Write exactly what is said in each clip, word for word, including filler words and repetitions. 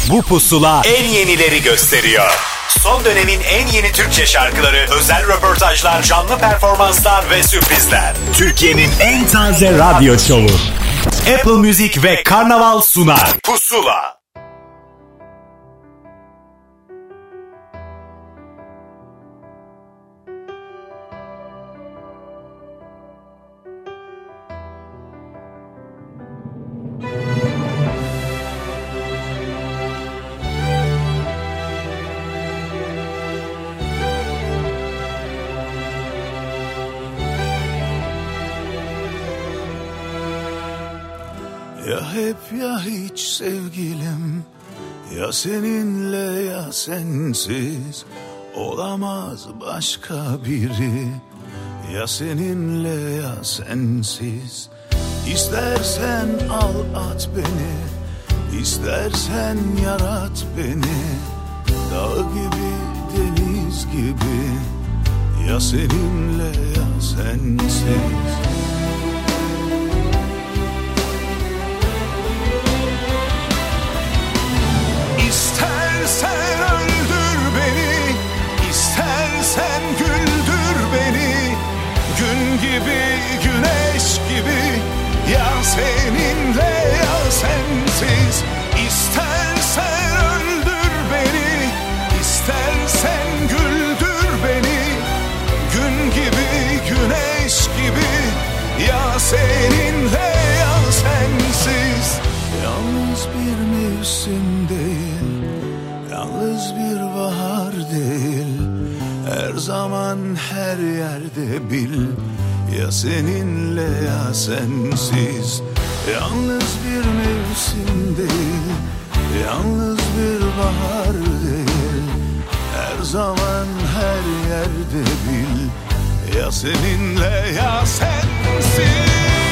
Bu pusula en yenileri gösteriyor. Son dönemin en yeni Türkçe şarkıları, özel röportajlar, canlı performanslar ve sürprizler. Türkiye'nin en taze radyo şovu. Apple Music ve Karnaval sunar. Pusula. Ya hep ya hiç sevgilim, ya seninle ya sensiz, olamaz başka biri. Ya seninle ya sensiz, İstersen al at beni, İstersen yarat beni, dağ gibi deniz gibi. Ya seninle ya sensiz. İstersen öldür beni, istersen güldür beni. Gün gibi, güneş gibi, ya seninle ya sensiz. İstersen öldür beni, istersen güldür beni. Gün gibi, güneş gibi, ya seninle ya sensiz. Yalnız bir mevsim değil, yalnız bir bahar değil, her zaman her yerde bil, ya seninle ya sensiz. Yalnız bir mevsim değil, yalnız bir bahar değil, her zaman her yerde bil, ya seninle ya sensiz.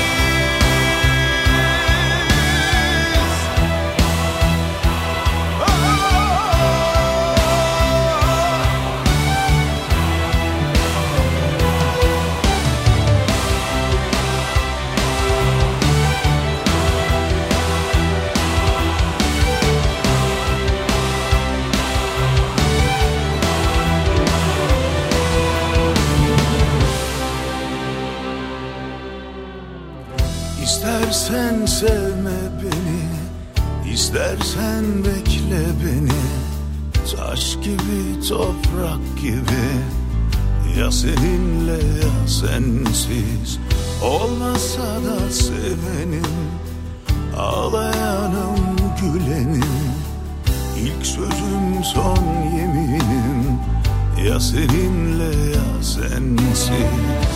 İstersen sevme beni, istersen bekle beni, taş gibi toprak gibi, ya seninle ya sensiz. Olmasa da sevenim, ağlayanım gülenim, İlk sözüm son yeminim, ya seninle ya sensiz.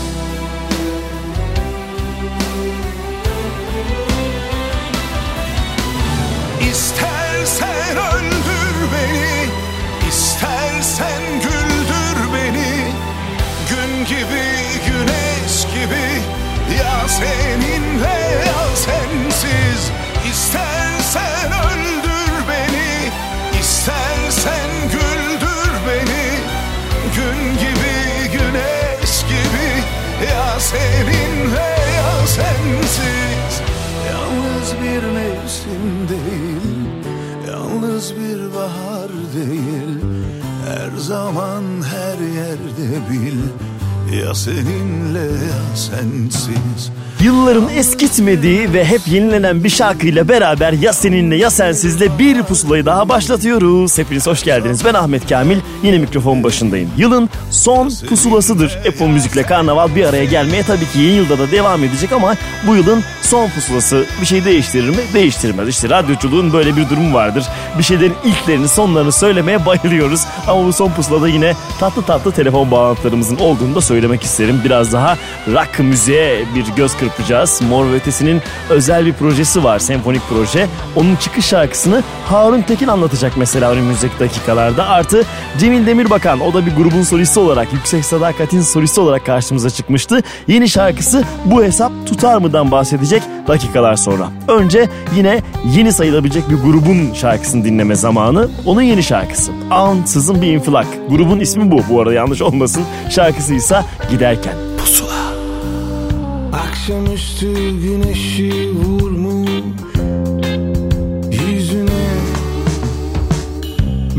İstersen öldür beni, istersen güldür beni. Gün gibi, güneş gibi, ya seninle ya sensiz. İstersen öldür beni, istersen güldür beni. Gün gibi, güneş gibi, ya seninle ya sensiz. Yalnız bir mevsim değil, yalnız bir bahar değil, her zaman her yerde bil, ya seninle ya sensiz. Yılların eskitmediği ve hep yenilenen bir şarkıyla beraber ya seninle ya sensizle bir pusulayı daha başlatıyoruz. Hepiniz hoş geldiniz. Ben Ahmet Kamil. Yine mikrofon başındayım. Yılın son pusulasıdır. Apple Müzik'le Karnaval bir araya gelmeye tabii ki yeni yılda da devam edecek ama bu yılın son pusulası bir şey değiştirir mi? Değiştirmez. İşte radyoculuğun böyle bir durumu vardır. Bir şeylerin ilklerini, sonlarını söylemeye bayılıyoruz. Ama bu son pusulada yine tatlı tatlı telefon bağlantılarımızın olduğunu da söylemek isterim. Biraz daha rock müziğe bir göz kırpacağız. Mor ve Ötesi'nin özel bir projesi var, senfonik proje. Onun çıkış şarkısını Harun Tekin anlatacak mesela önümüzdeki dakikalarda. Artı Cemil Demirbakan, o da bir grubun solisti olarak, Yüksek Sadakat'in solisti olarak karşımıza çıkmıştı. Yeni şarkısı Bu Hesap Tutar mı'dan bahsedecek dakikalar sonra. Önce yine yeni sayılabilecek bir grubun şarkısını dinleme zamanı. Onun yeni şarkısı Ansızın Bir İnfilak. Grubun ismi bu bu arada, yanlış olmasın. Şarkısıysa Giderken. Pusula. Akşamüstü güneşi vurmuş yüzüne,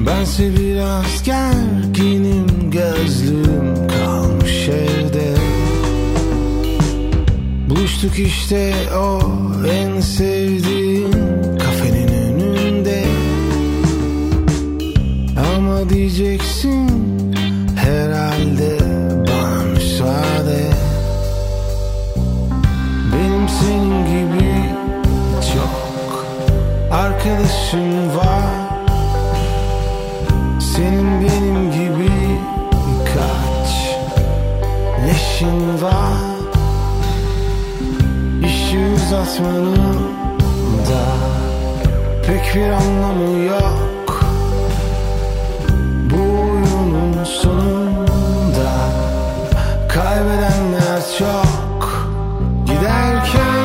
Bense biraz gerginim, gözlüğüm kalmış evde. Buluştuk işte o en sevdiğim kafenin önünde. Ama diyeceksin herhalde bana müsaade. Benim senin gibi çok arkadaşım var. Senin benim gibi kaç leşin var. İşi uzatmanın da pek bir anlamı yok. Bu oyunun sonunda kaybedenler çok. Giderken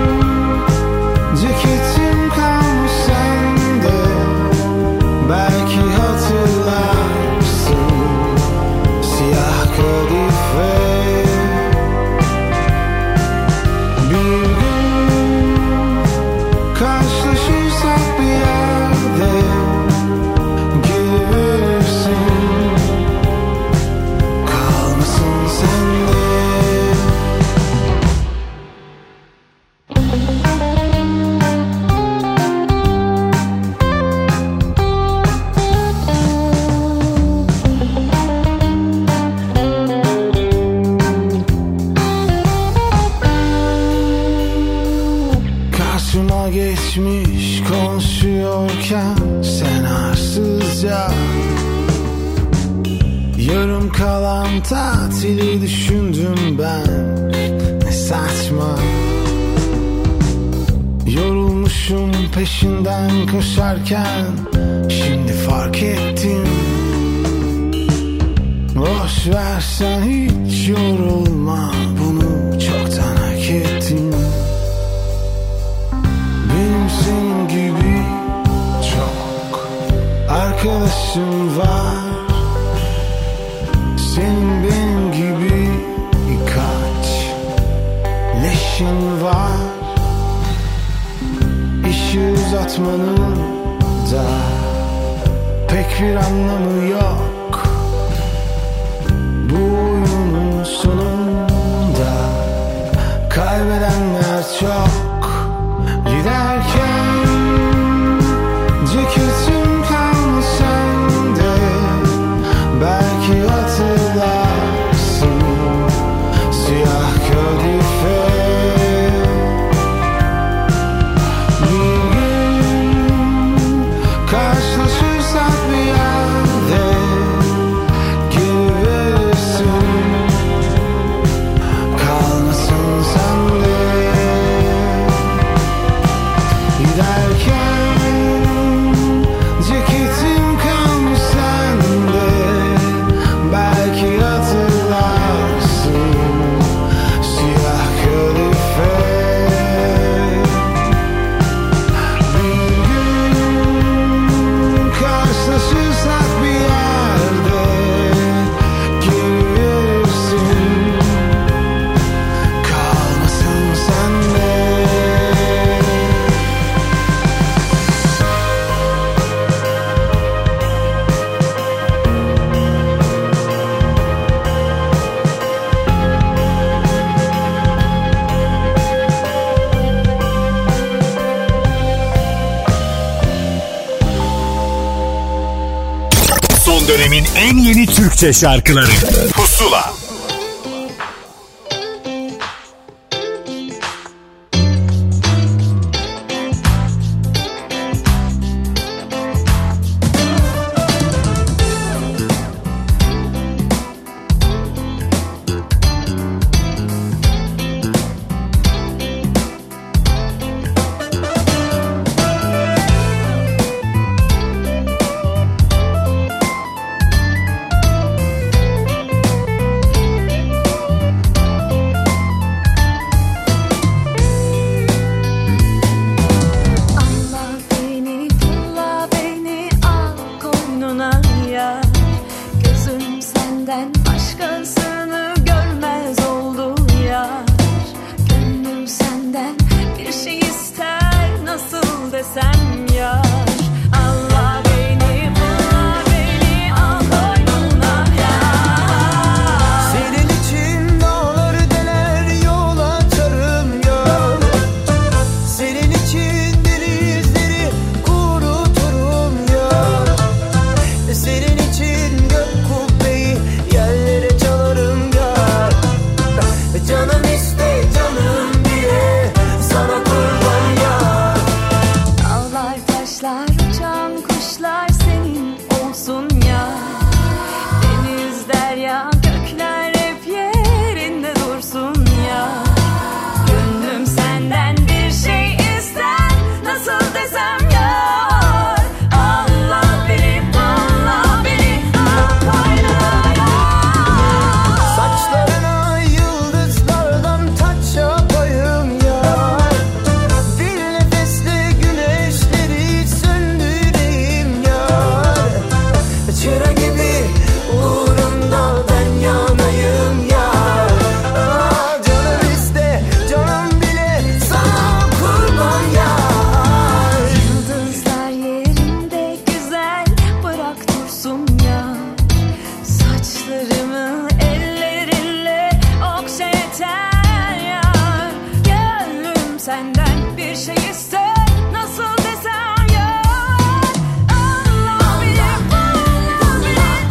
ceketim kalmış sende. Belki hatırlarsın siyah kadife. Bir gün karşılaşırsak bir yerde geliverirsin, kalmasın sende. Karşıma geçmiş konuşuyorken sen arsızca, yarım kalan tatili düşündüm ben. Ne saçma, yorulmuşum peşinden koşarken, şimdi fark ettim. Boş versen hiç yorulma, bunu çoktan hak ettim. Benim senin gibi çok arkadaşım var. Senin benim gibi birkaç leşin var. İşi uzatmanın da pek bir anlamı yok. Bu oyunun sonunda kaybedenler çok. Giderken ceketim kalmış sende. Belki hatırlarsın siyah kadife. Bir gün karşılaşırsak bir yerde geliverirsin, kalmasın sende. Giderken ceketim kalmış sende. Belki hatırlarsın siyah kadife. Bir gün karşılaşırsak bir yerde geliverirsin, kalmasın sende. Son dönemin en yeni Türkçe şarkıları Pusula. Bütün kuşlar senin olsun ya. Deniz, derya, gökler hep yerinde dursun ya. Gönlüm senden bir şey ister, nasıl desem ya. Allah beni, Allah beni, al koynuna. Saçlarına yıldızlardan taç yapayım yar. Bir nefeste güneşleri söndüreyim yar. Çıra gibi uğrunda ben yanayım yar. Ah, canım iste, canım bile sana kurban yar. Yıldızlar yerinde güzel, bırak dursun ya. Saçlarımı ellerinle okşa yeter ya. Gönlüm senden bir şey ister, nasıl desem ya. Allah bilir, Allah bilir,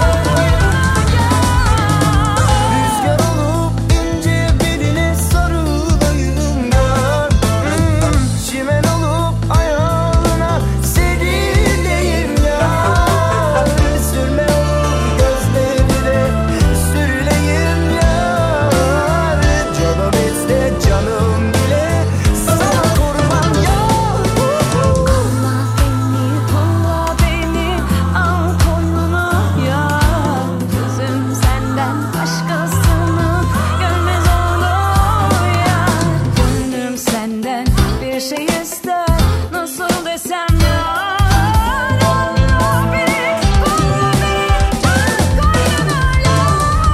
Rüzgar olup ince beline sarılayım yar. Hmm, çimen olup ayağına serileyim yar. Sürme olup gözlerine sürüleyim yar. Canım iste, canım bile sana kurban yar. Allah beni, al koynuna ya. Gözüm senden başkasını görmez olur ya. Gönlüm senden bir şey ister, nasıl desem ya. Allah beni, Allah beni, al koynuna ya.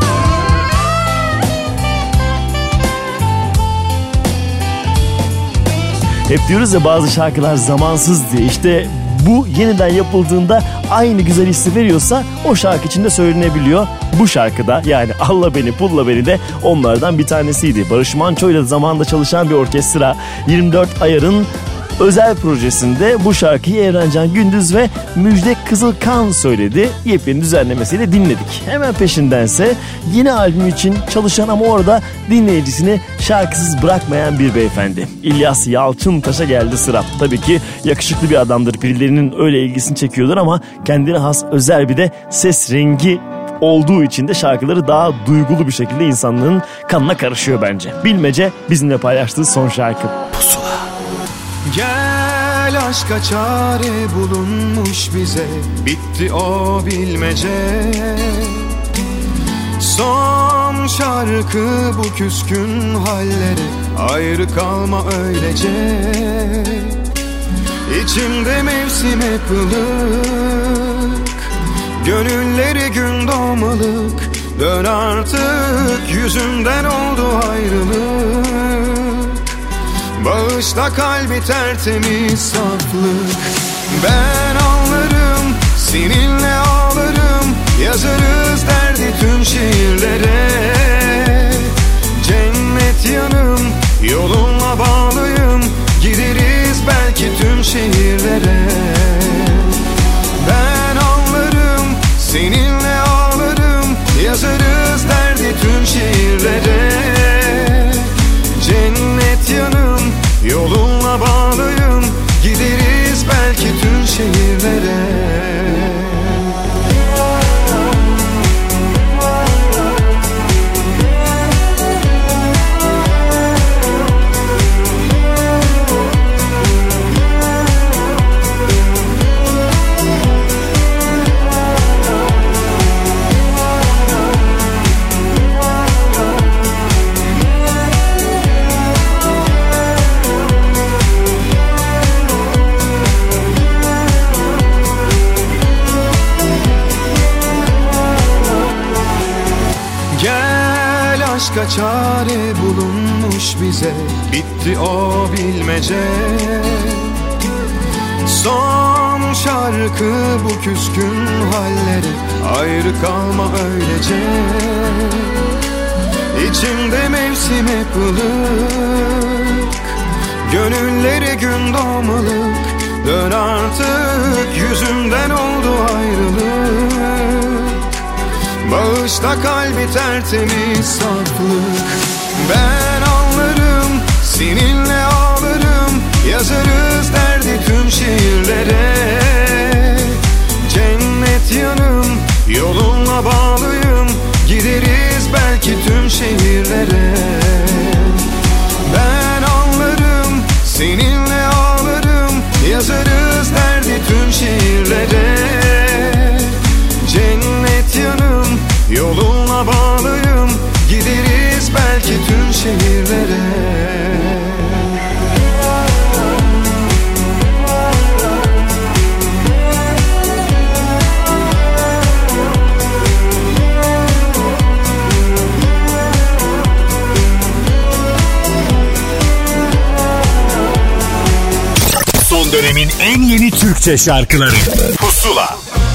Hep diyoruz ya bazı şarkılar zamansız diye. İşte bu yeniden yapıldığında aynı güzel hissi veriyorsa o şarkı içinde söylenebiliyor. Bu şarkıda yani Allah Beni Pulla Beni de onlardan bir tanesiydi. Barış Manço ile zamanında çalışan bir orkestra yirmi dört Ayar'ın özel projesinde bu şarkıyı Evrencan Gündüz ve Müjde Kızılkan söyledi. Yepyeni düzenlemesiyle dinledik. Hemen peşindense yeni albüm için çalışan ama orada dinleyicisini şarkısız bırakmayan bir beyefendi. İlyas Yalçıntaş'a geldi sıra. Tabii ki yakışıklı bir adamdır. Birilerinin öyle ilgisini çekiyordur ama kendine has özel bir de ses rengi olduğu için de şarkıları daha duygulu bir şekilde insanlığın kanına karışıyor bence. Bilmece bizimle paylaştığı son şarkı. Pusula. Gel aşka çare bulunmuş bize, bitti o bilmece. Son şarkı bu küskün hallere, ayrı kalma öylece. İçimde mevsim hep ılık, gönülleri gün doğmalık. Dön artık, yüzünden oldu ayrılık. Bağışla kalbi tertemiz saflık. Ben ağlarım, seninle ağlarım. Yazarız derdi tüm şiirlere. Cennet yanım, yolunla bağlıyım. Gideriz belki tüm şehirlere. Ben ağlarım, seninle ağlarım. Yazarız derdi tüm şiirlere. Cennet yanım, yolunla bağlıyım. Gideriz belki tüm şehirlere. Aşka çare bulunmuş bize, bitti o bilmece. Son şarkı bu küskün hallere, ayrı kalma öylece. İçimde mevsim hep ılık, gönülleri gün doğmalık. Dön artık, yüzümden oldu ayrılık. Bağışla kalbi tertemiz saflık. Ben ağlarım, seninle ağlarım. Yazarız derdi tüm şiirlere. şehirlere. Cennet yanım, yolunla bağlıyım, gideriz belki tüm şehirlere. Son dönemin en yeni Türkçe şarkıları Pusula.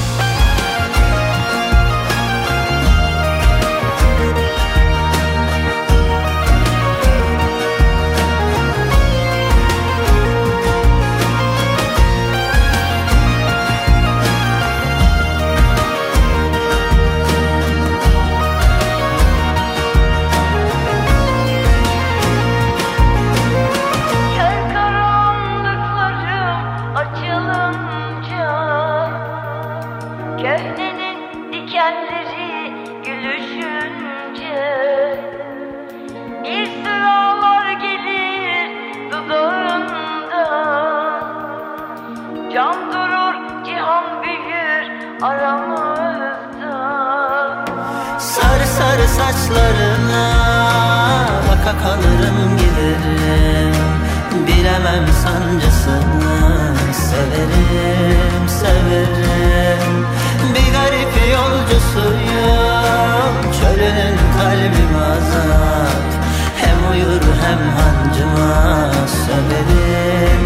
Saçlarına baka kalırım giderim, bilemem sancısını, severim severim. Bir garip yolcusuyum, çölünün kalbim azap, hem uyur hem hancıma, severim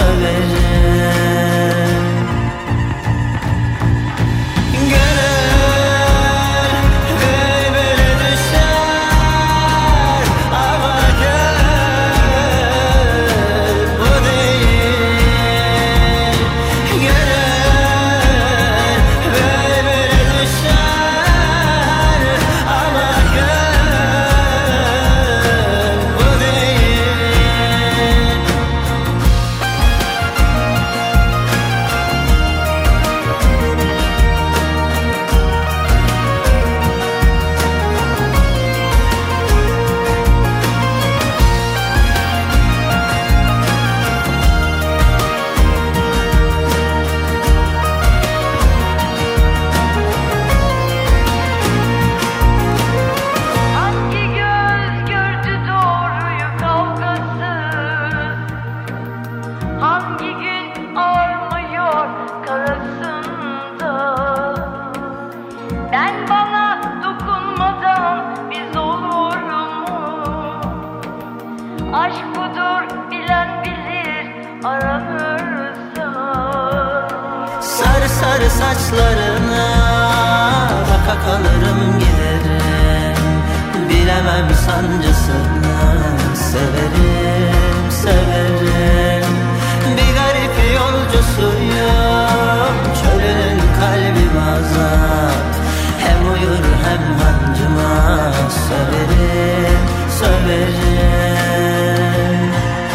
severim. Saçlarına baka kalırım giderim, bilemem sancısını, severim severim. Bir garip yolcusuyum, çölünün kalbim azap, hem uyur hem hancıma, severim severim.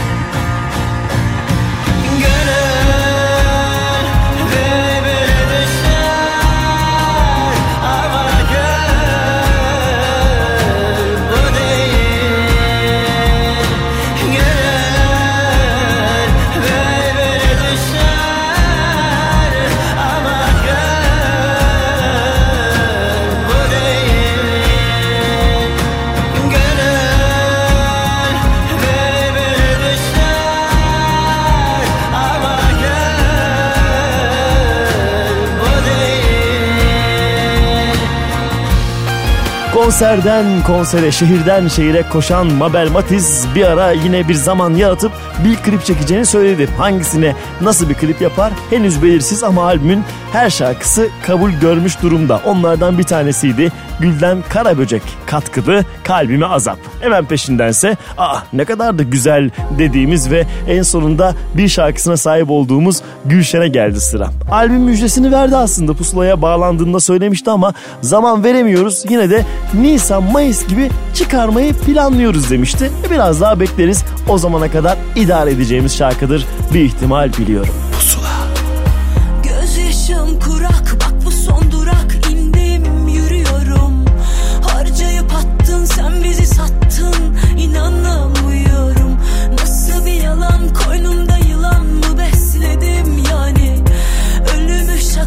Konserden konsere, şehirden şehire koşan Mabel Matiz bir ara yine bir zaman yaratıp bir klip çekeceğini söyledi. Hangisine nasıl bir klip yapar henüz belirsiz ama albümün her şarkısı kabul görmüş durumda. Onlardan bir tanesiydi Gülden Karaböcek katkılı Kalbime Azap. Hemen peşindense ah ne kadar da güzel dediğimiz ve en sonunda bir şarkısına sahip olduğumuz Gülşen'e geldi sıra. Albüm müjdesini verdi aslında, Pusula'ya bağlandığında söylemişti ama zaman veremiyoruz. Yine de Nisan Mayıs gibi çıkarmayı planlıyoruz demişti. Biraz daha bekleriz. O zamana kadar idare edeceğimiz şarkıdır. Bir ihtimal biliyorum. Pusula. Gözyaşım kurak, bak bu son durak, indim yürüyorum. Harcayıp attın sen, bizi sattın, inanamıyorum. Nasıl bir yalan, koynumda yılan mı besledim yani? Ölümü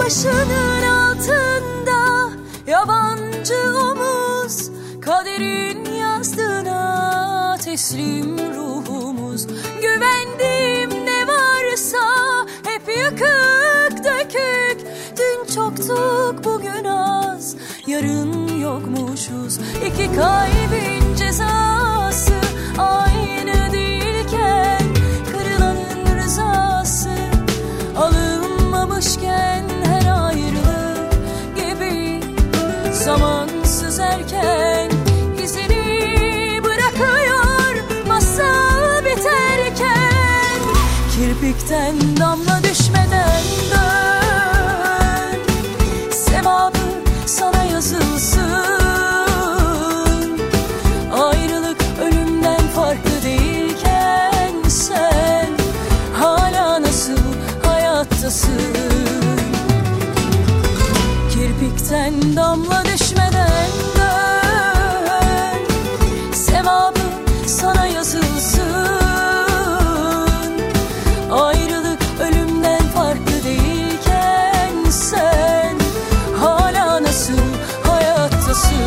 Başının altında yabancı omuz, kaderin yazdığına teslim ruhumuz. Güvendiğim ne varsa hep yıkık dökük. Dün çoktuk bugün az, yarın yokmuşuz. İki kalbin cezası aynı değilken, kırılanın rızası alınmamışken, her ayrılık gibi zamansız erken izini bırakıyor masal biterken. Kirpikten damla düşmeden dön, sevabı sana yazılsın. Ayrılık ölümden farklı değilken, sen hala nasıl hayattasın? Kirpikten damla düşmeden dön, sevabı sana yazılsın. Ayrılık ölümden farklı değilken, sen hala nasıl hayattasın?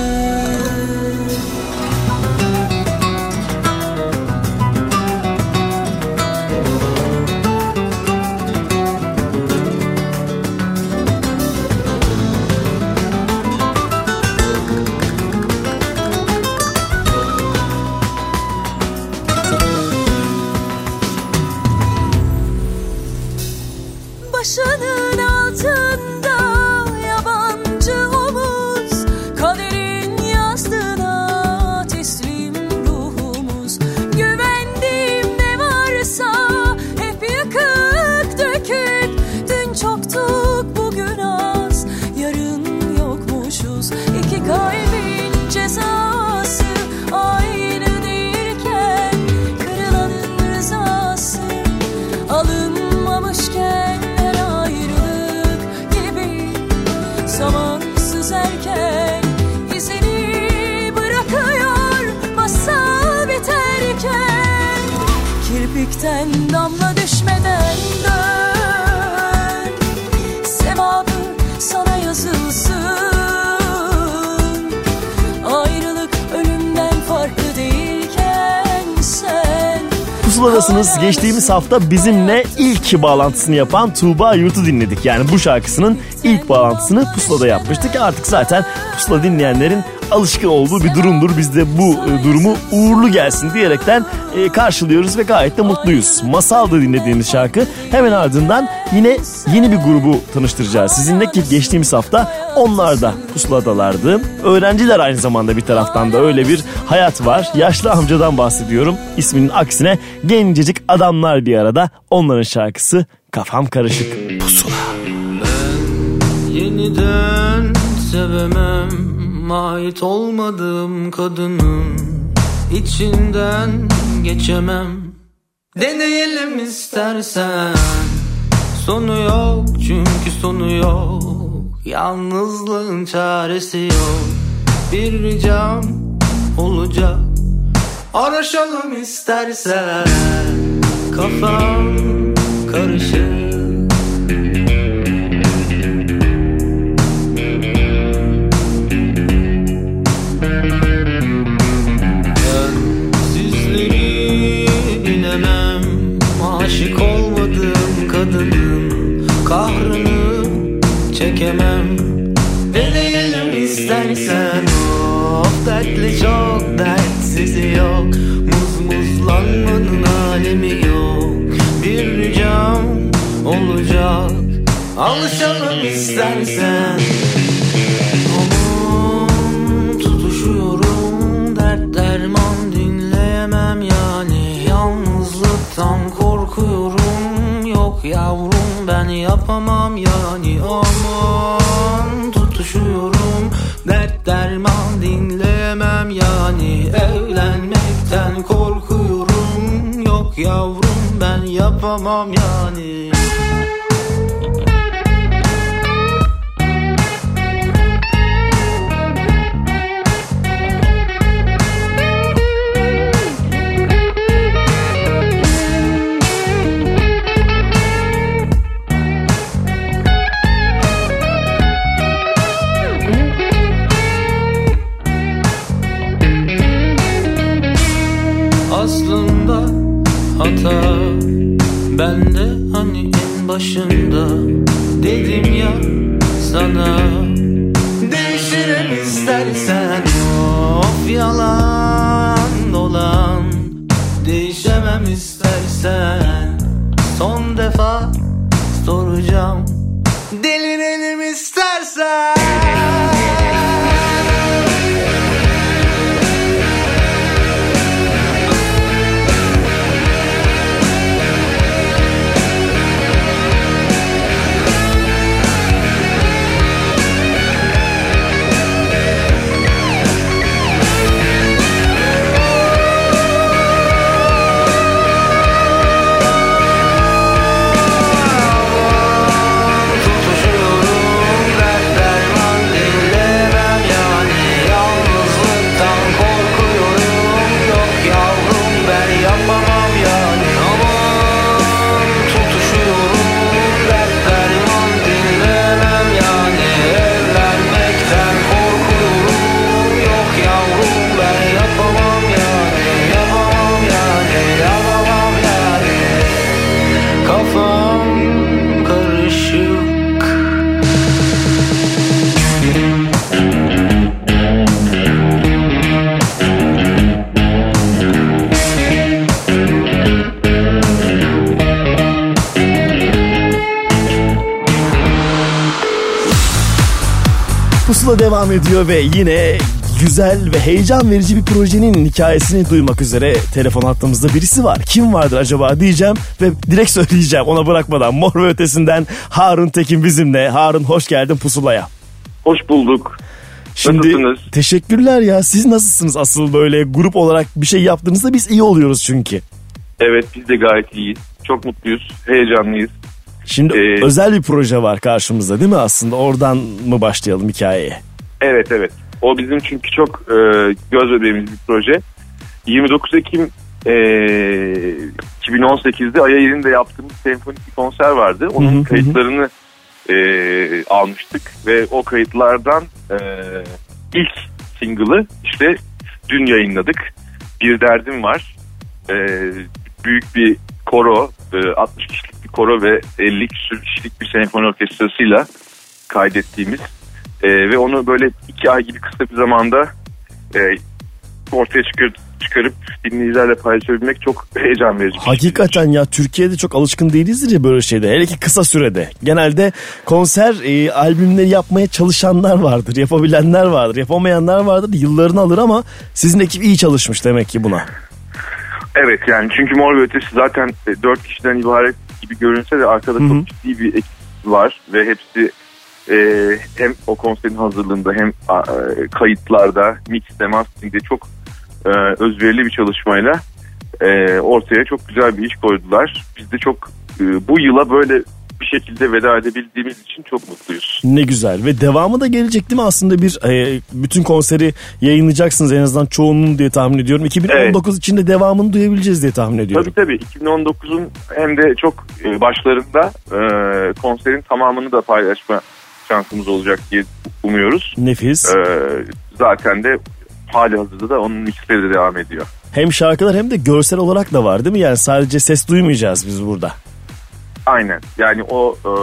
Başının altında yabancı omuz, kaderin yazdığına teslim ruhumuz. Güvendiğim ne varsa hep yıkık dökük. Dün çoktuk bugün az, yarın yokmuşuz. İki kalbin cezası aynı değilken, kırılanın rızası alınmamışken, zamansız erken izini bırakıyor masal biterken. Kirpikten damla düşmeden dön, sevabı sana yazılsın. Ayrılık ölümden farklı değilken, sen Pusuladasınız. Geçtiğimiz hafta bizimle ilk bağlantısını yapan Tuğba Yurt'u dinledik. Yani bu şarkısının ilk bağlantısını Pusula'da yapmıştık. Artık zaten Pusula dinleyenlerin alışkın olduğu bir durumdur. Biz de bu e, durumu uğurlu gelsin diyerekten e, karşılıyoruz ve gayet de mutluyuz. Masal'da dinlediğimiz şarkı, hemen ardından yine yeni bir grubu tanıştıracağız sizinle ki geçtiğimiz hafta onlar da Pusula'dalardı. Öğrenciler aynı zamanda, bir taraftan da öyle bir hayat var. Yaşlı amcadan bahsediyorum. İsminin aksine gencecik adamlar bir arada. Onların şarkısı Kafam Karışık. Pusula. Ben yeniden sevemem, ait olmadığım kadının içinden geçemem. Deneyelim istersen, sonu yok çünkü sonu yok. Yalnızlığın çaresi yok. Bir ricam olacak, araşalım istersen. Kafam karışık. Aşık olmadığım kadının kahrını çekemem. Deneyelim istersen, of dertli çok dertsizi yok. Muzmuzlanmanın alemi yok. Bir ricam olacak, alışalım istersen. Aman tutuşuyorum, dert derman dinleyemem yani. Yalnızlıktan korkuyorum, yok yavrum ben yapamam yani. Aman tutuşuyorum, dert derman dinleyemem yani. Evlenmekten korkuyorum, yok yavrum ben yapamam yani. aslında hata bende, hani en başında dedim ya sana. Değişirim istersen, of yalan dolan. Değişemem istersen, son defa soracağım. Delirelim istersen. Pusula devam ediyor ve yine güzel ve heyecan verici bir projenin hikayesini duymak üzere telefon hattımızda birisi var. Kim vardır acaba diyeceğim ve direkt söyleyeceğim ona bırakmadan. Mor ve Ötesi'nden Harun Tekin bizimle. Harun, hoş geldin Pusula'ya. Hoş bulduk. Şimdi nasılsınız? Teşekkürler ya. Siz nasılsınız asıl, böyle grup olarak bir şey yaptığınızda biz iyi oluyoruz çünkü. Evet, biz de gayet iyiyiz. Çok mutluyuz, heyecanlıyız. Şimdi ee, özel bir proje var karşımızda değil mi aslında? Oradan mı başlayalım hikayeye? Evet evet. O bizim çünkü çok e, göz bebeğimiz bir proje. yirmi dokuz Ekim e, iki bin on sekizde Ayayir'inde yaptığımız senfonik bir konser vardı. Onun hı hı. kayıtlarını e, almıştık ve o kayıtlardan e, ilk single'ı işte dün yayınladık. Bir Derdim Var. E, büyük bir koro, e, altmış kişilik bir koro ve elli kişilik bir senfoni orkestrasıyla kaydettiğimiz e, ve onu böyle iki ay gibi kısa bir zamanda e, ortaya çıkarıp, çıkarıp dinleyicilerle paylaşabilmek çok heyecan verici. Hakikaten ya, Türkiye'de çok alışkın değilizdir ya böyle şeyde, hele ki kısa sürede. Genelde konser e, albümleri yapmaya çalışanlar vardır, yapabilenler vardır, yapamayanlar vardır, yıllarını alır ama sizin ekip iyi çalışmış demek ki buna. Evet, yani çünkü Mor ve Ötesi zaten dört kişiden ibaret gibi görünse de arkada Hı-hı. çok ciddi bir ekip var ve hepsi e, hem o konserin hazırlığında hem e, kayıtlarda, mixte, mastering'de çok e, özverili bir çalışmayla e, ortaya çok güzel bir iş koydular. Biz de çok e, bu yıla böyle bir şekilde veda edebildiğimiz için çok mutluyuz. Ne güzel, ve devamı da gelecek değil mi aslında? Bir e, bütün konseri yayınlayacaksınız en azından çoğunluğunu diye tahmin ediyorum. iki bin on dokuz evet. içinde devamını duyabileceğiz diye tahmin ediyorum. Tabii tabii, iki bin on dokuzun hem de çok başlarında e, konserin tamamını da paylaşma şansımız olacak diye umuyoruz. Nefis. E, zaten de hali hazırda da onun mixleri de devam ediyor. Hem şarkılar hem de görsel olarak da var değil mi? Yani sadece ses duymayacağız biz burada. Aynen, yani o e,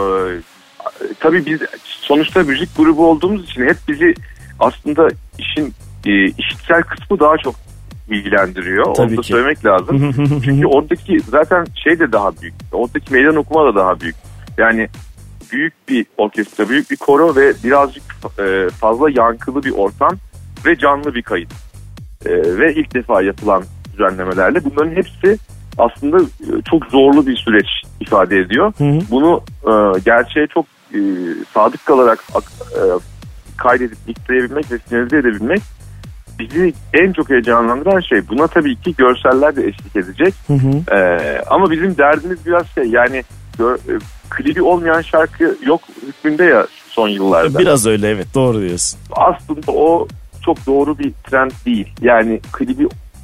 tabii biz sonuçta müzik grubu olduğumuz için hep bizi aslında işin e, işitsel kısmı daha çok ilgilendiriyor. Tabii Onu da ki. söylemek lazım. Çünkü oradaki zaten şey de daha büyük. Oradaki meydan okuma da daha büyük. Yani büyük bir orkestra, büyük bir koro ve birazcık e, fazla yankılı bir ortam ve canlı bir kayıt. E, ve ilk defa yapılan düzenlemelerle bunların hepsi aslında çok zorlu bir süreç ifade ediyor. Hı hı. Bunu e, gerçeğe çok e, sadık kalarak e, kaydedip mixleyebilmek ve finalize edebilmek bizi en çok heyecanlandıran şey. Buna tabii ki görseller de eşlik edecek. Hı hı. E, ama bizim derdimiz biraz şey, yani gör, e, klibi olmayan şarkı yok hükmünde ya son yıllarda. Biraz öyle, evet, doğru diyorsun. Aslında o çok doğru bir trend değil. Yani klibi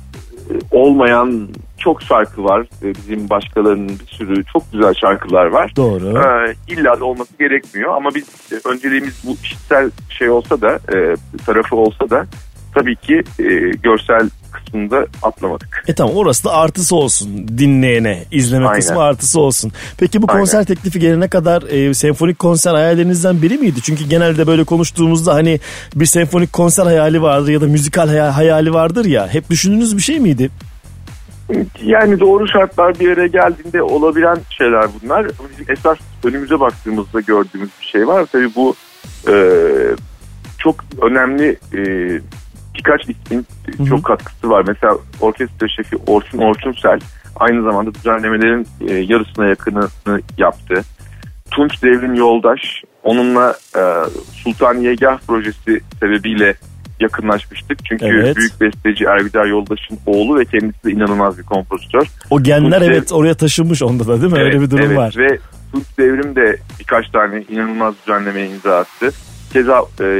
olmayan çok şarkı var. Bizim başkalarının bir sürü çok güzel şarkılar var. Doğru. Ee, illa da olması gerekmiyor ama biz önceliğimiz bu işitsel şey olsa da e, tarafı olsa da tabii ki e, görsel kısmında atlamadık. E tamam, orası da artısı olsun dinleyene, izleme Aynen. kısmı artısı olsun. Peki bu konser Aynen. teklifi gelene kadar e, senfonik konser hayallerinizden biri miydi? Çünkü genelde böyle konuştuğumuzda hani bir senfonik konser hayali vardır ya da müzikal hay- hayali vardır ya. Hep düşündüğünüz bir şey miydi? Yani doğru şartlar bir yere geldiğinde olabilen şeyler bunlar. Bizim esas önümüze baktığımızda gördüğümüz bir şey var. Tabii bu e, çok önemli e, birkaç ismin Hı-hı. çok katkısı var. Mesela orkestra şefi Orçun Orçunsel aynı zamanda düzenlemelerin e, yarısına yakınını yaptı. Tunç Devrim Yoldaş onunla e, Sultaniyegah projesi sebebiyle yakınlaşmıştık. Çünkü Evet. büyük besteci Ergüder Yoldaş'ın oğlu ve kendisi de inanılmaz bir kompozitör. O genler Tunç evet Dev- oraya taşınmış onda da değil mi? Evet, Öyle bir durum evet. var. Ve Tunç Devrim de birkaç tane inanılmaz düzenlemeye imza attı. Keza e,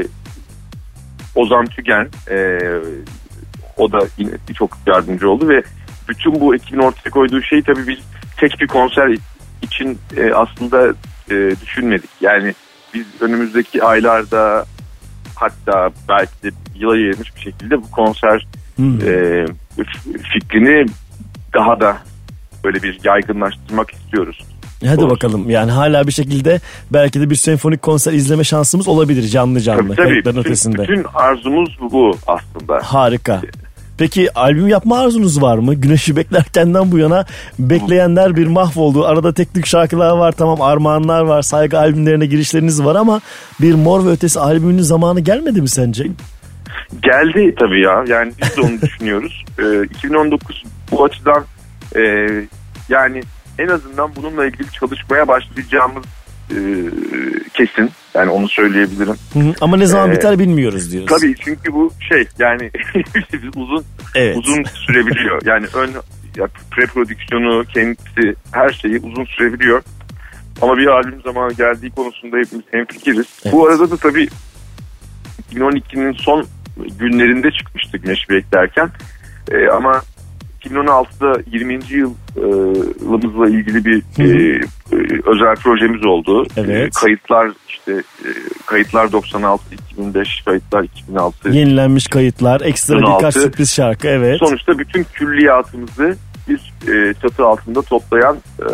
Ozan Tügen e, o da yine çok yardımcı oldu ve bütün bu ekibin ortaya koyduğu şeyi tabii biz tek bir konser için e, aslında e, düşünmedik. Yani biz önümüzdeki aylarda hatta belki de yıla yayılmış bir şekilde bu konser Hmm. e, fikrini daha da böyle bir yaygınlaştırmak istiyoruz. Hadi Doğru. bakalım, yani hala bir şekilde belki de bir senfonik konser izleme şansımız olabilir canlı canlı. Tabii tabii. Kayıtların Bütün, ötesinde. bütün arzumuz bu aslında. Harika. Peki albüm yapma arzunuz var mı? Güneşi beklerkenden bu yana bekleyenler bir mahvoldu. Arada teknik şarkılar var, tamam, armağanlar var, saygı albümlerine girişleriniz var ama bir Mor ve Ötesi albümünün zamanı gelmedi mi sence? Geldi tabii ya. Yani biz de onu düşünüyoruz. Ee, iki bin on dokuz bu açıdan e, yani en azından bununla ilgili çalışmaya başlayacağımız e, kesin. Yani onu söyleyebilirim. Hı hı. Ama ne zaman Ee, biter bilmiyoruz diyoruz. Tabii çünkü bu şey yani uzun Evet. uzun sürebiliyor. Yani ön ya, preprodüksiyonu, kendisi her şeyi uzun sürebiliyor. Ama bir albüm zamanı geldiği konusunda hepimiz hemfikiriz. Evet. Bu arada da tabii iki bin on ikinin son günlerinde çıkmıştı Güneşi Beklerken. Ee, ama iki bin on altıda yirminci yılımızla ilgili bir e, e, özel projemiz oldu. Evet. E, kayıtlar işte e, kayıtlar doksan altı, iki bin beş, kayıtlar iki bin altı. Yenilenmiş kayıtlar, ekstra iki bin altı. birkaç sürpriz şarkı, evet. Sonuçta bütün külliyatımızı bir e, çatı altında toplayan e,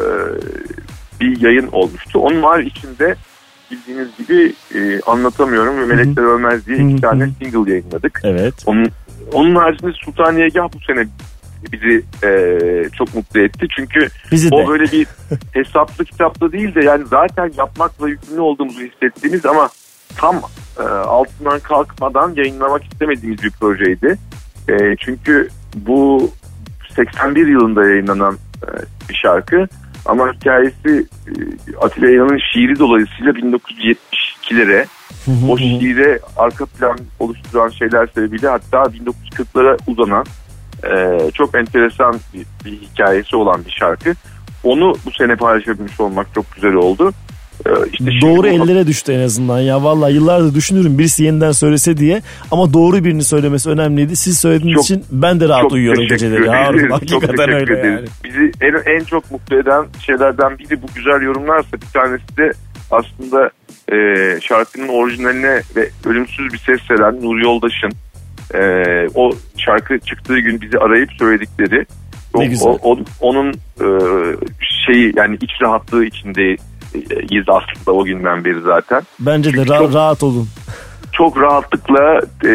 bir yayın olmuştu. Onun var içinde bildiğiniz gibi e, Anlatamıyorum ve Melekler Ölmez diye iki Hı hı. tane single yayınladık. Evet. Onun, onun haricinde Sultaniyegah bu sene bizi e, çok mutlu etti. Çünkü Bizi de. o böyle bir hesaplı kitaplı değil de yani zaten yapmakla yükümlü olduğumuzu hissettiğimiz ama tam e, altından kalkmadan yayınlamak istemediğimiz bir projeydi. E, çünkü bu seksen bir yılında yayınlanan e, bir şarkı ama hikayesi e, Atilla İlhan'ın şiiri dolayısıyla bin dokuz yüz yetmiş ikilere o şiire arka plan oluşturan şeyler sebebiyle hatta bin dokuz yüz kırklara uzanan e, çok enteresan bir, bir hikayesi olan bir şarkı. Onu bu sene paylaşabilmiş olmak çok güzel oldu. E, işte Doğru bu, ellere düştü en azından ya. Vallahi yıllardır düşünürüm birisi yeniden söylese diye ama doğru birini söylemesi önemliydi. Siz söylediğiniz Çok- için ben de rahat çok uyuyorum teşekkür geceleri. Harun, ederiz. Çok hakikaten teşekkür öyle ederiz. yani. Bizi en, en çok mutlu eden şeylerden biri bu güzel yorumlarsa bir tanesi de aslında e, şarkının orijinaline ve ölümsüz bir ses veren Nur Yoldaş'ın e, o şarkı çıktığı gün bizi arayıp söyledikleri. O, Ne güzel. o- o- onun e, şeyi yani iç rahatlığı içindeyiz aslında o günden beri zaten. Bence de Çünkü ra- çok- rahat olun. Çok rahatlıkla e,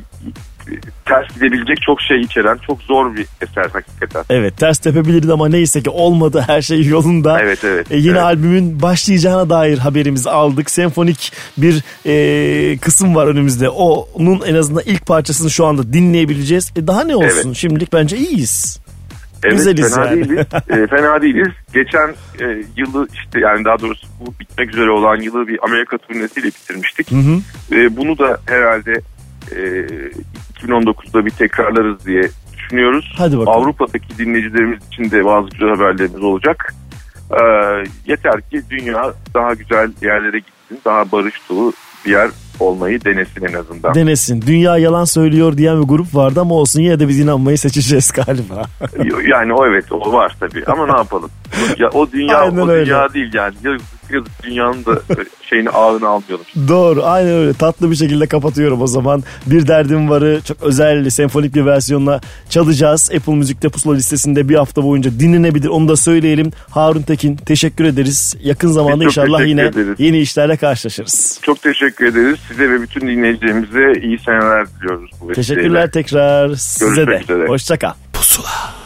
ters gidebilecek çok şey içeren çok zor bir eser hakikaten. Evet, ters tepebilirdi ama neyse ki olmadı, her şey yolunda. Evet evet. E, yine evet. albümün başlayacağına dair haberimizi aldık. Senfonik bir e, kısım var önümüzde. Onun en azından ilk parçasını şu anda dinleyebileceğiz. E, daha ne olsun? Evet. Şimdilik bence iyiyiz. Evet, Güzeliz fena yani. değiliz. e, fena değiliz. Geçen e, yılı işte yani daha doğrusu bu bitmek üzere olan yılı bir Amerika turnesiyle bitirmiştik. Hı hı. E, bunu da herhalde e, iki bin on dokuzda bir tekrarlarız diye düşünüyoruz. Hadi bakalım. Avrupa'daki dinleyicilerimiz için de bazı güzel haberlerimiz olacak. E, yeter ki dünya daha güzel yerlere gitsin, daha barış dolu bir yer olmayı denesin en azından. Denesin. Dünya yalan söylüyor diyen bir grup vardı ama olsun, yine de biz inanmayı seçeceğiz galiba. Yani o evet o var tabii ama ne yapalım? Ya, o dünya Aynen o öyle. dünya değil yani. Ya artık yazık dünyanın da şeyini ağını almayalım. Doğru, aynen öyle. Tatlı bir şekilde kapatıyorum o zaman. Bir Derdim Var'ı çok özel senfonik bir versiyonla çalacağız. Apple Müzik'te Pusula listesinde bir hafta boyunca dinlenebilir. Onu da söyleyelim. Harun Tekin, teşekkür ederiz. Yakın zamanda inşallah yine ederiz. Yeni işlerle karşılaşırız. Çok teşekkür ederiz. Size ve bütün dinleyicilerimize iyi seneler diliyoruz. Bu Teşekkürler vesileyle. Tekrar. Size de. Üzere. Hoşça kal. Pusula.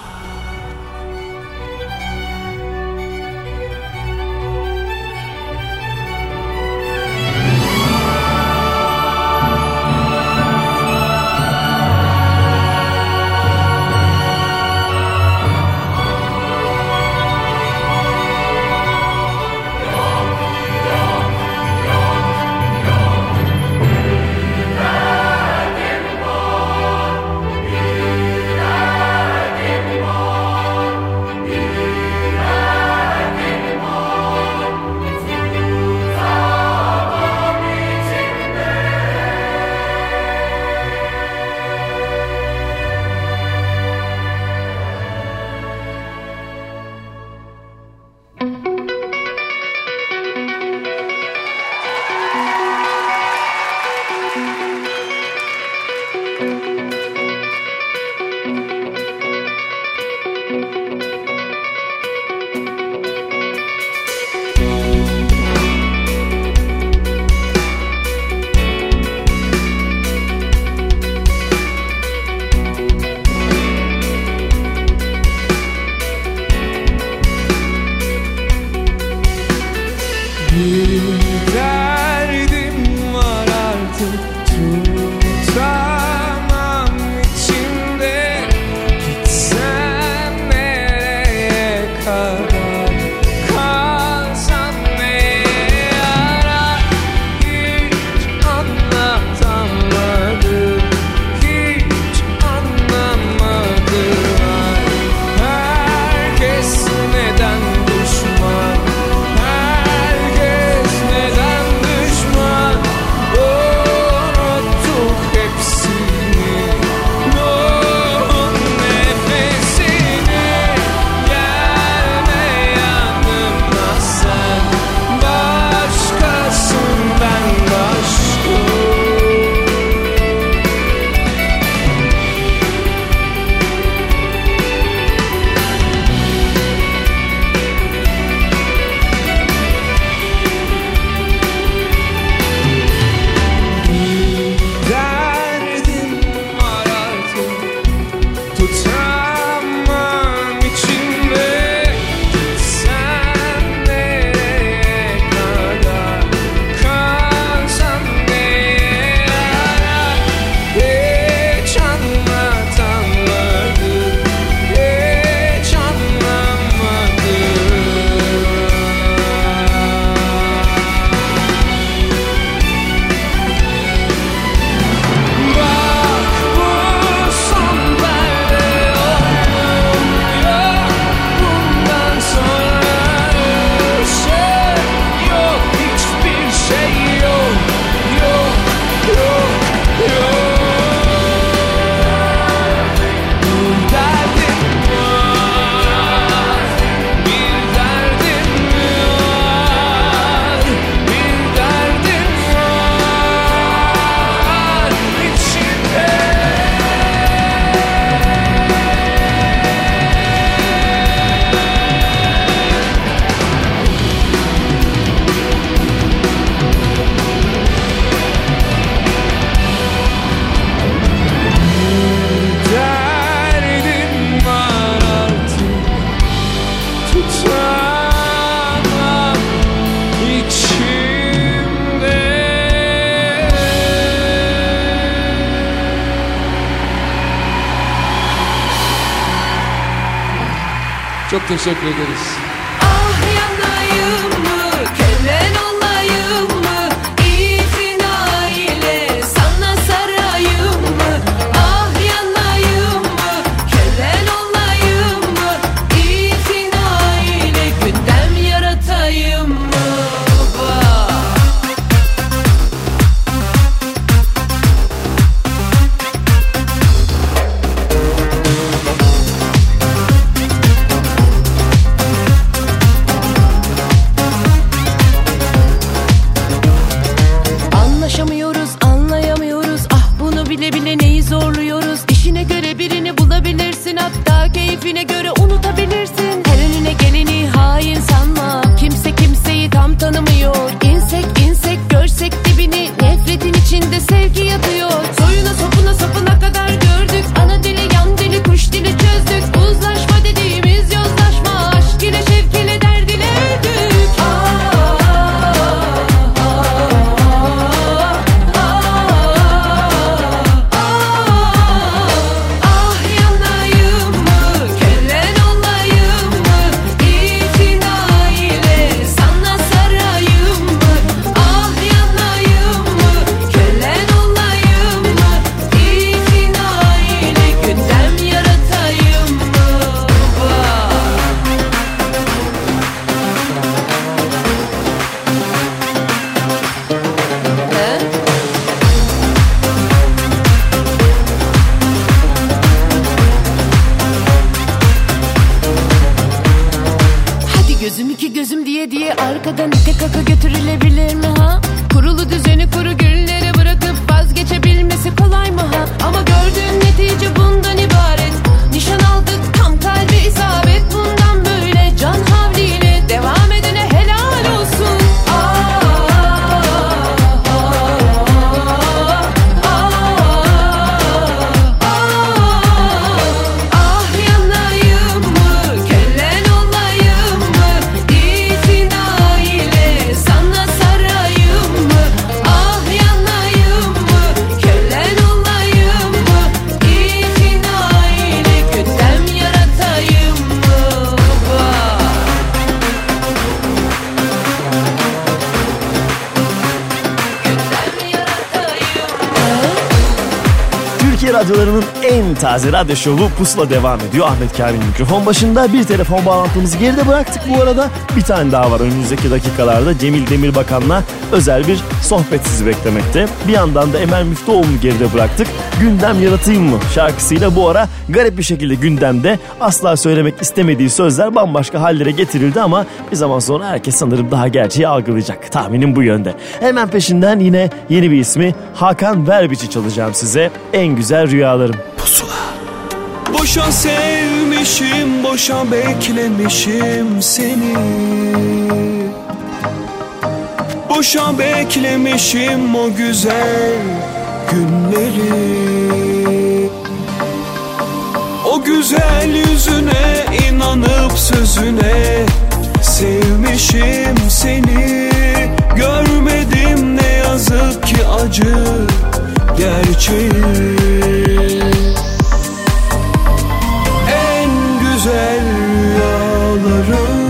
Çok teşekkür ederiz. Ah yanayım mı, kölen olayım mı, itina ile sana sarayım mı? Ah yanayım mı, kölen olayım mı, itina ile gündem yaratayım mı? göre unutabilirsin. Her önüne geleni hain sanma. Kimse kimseyi tam tanımıyor. İnsek insek görsek dibini. Nefretin içinde sevgi yatıyor. Soyuna sopuna sapına kadar gördük. Ana dili yan dili kuş dili çözdük. Uzlaşma dediğimiz yozlaşma. Aşk ile şevk ile derd ile öldük. Gözüm iki gözüm diye diye arkadan ite kaka götürülebilir mi ha? Kurulu düzeni kuru güllere bırakıp vazgeçebilmesi kolay mı ha? Ama gördüğün netice bundan ibaret. Nişan aldık tam kalbe isabet. Bundan böyle can havliyle devam edene helal olsun. Radyolarının en taze radyo şovu Pusula devam ediyor. Ahmet Kamil mikrofon başında. Bir telefon bağlantımızı geride bıraktık bu arada. Bir tane daha var önümüzdeki dakikalarda. Cemil Demirbakan'la özel bir sohbet sizi beklemekte. Bir yandan da Emel Müftüoğlu'nu geride bıraktık. Gündem yaratayım mı şarkısıyla bu ara garip bir şekilde gündemde asla söylemek istemediği sözler bambaşka hallere getirildi ama bir zaman sonra herkes sanırım daha gerçeği algılayacak. Tahminim bu yönde. Hemen peşinden yine yeni bir ismi Hakan Verbiç'i çalacağım size. En güzel rüyalarım. Pusula. Boşa sevmişim, boşa beklemişim seni. Boşa beklemişim o güzel günleri. O güzel yüzüne inanıp sözüne sevmişim seni. Görmedim ne yazık ki acı gerçeği. En güzel rüyalarım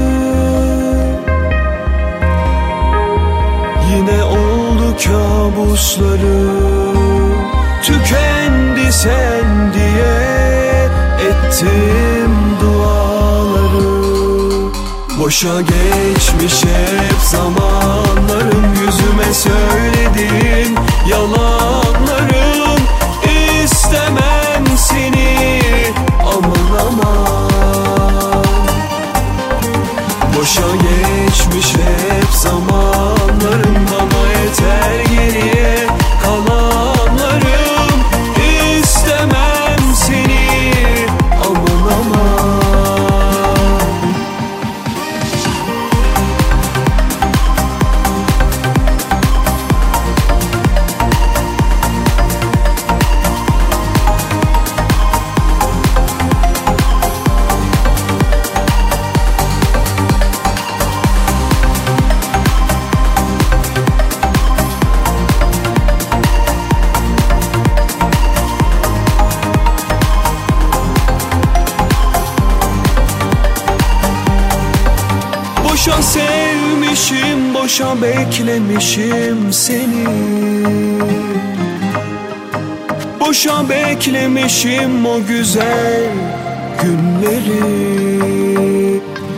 yine oldu kabuslarım. Tükendi sen diye ettim duaları. Boşa geçmiş hep zamanlarım. Yüzüme söyledin yalanlarım. İstemem seni aman aman. Boşa geçmiş hep zamanlarım. Bana yeter geriye kalanlarım. İstemem seni aman aman. Boşa sevmişim, boşa beklemişim seni. Boşa beklemişim o güzel günleri.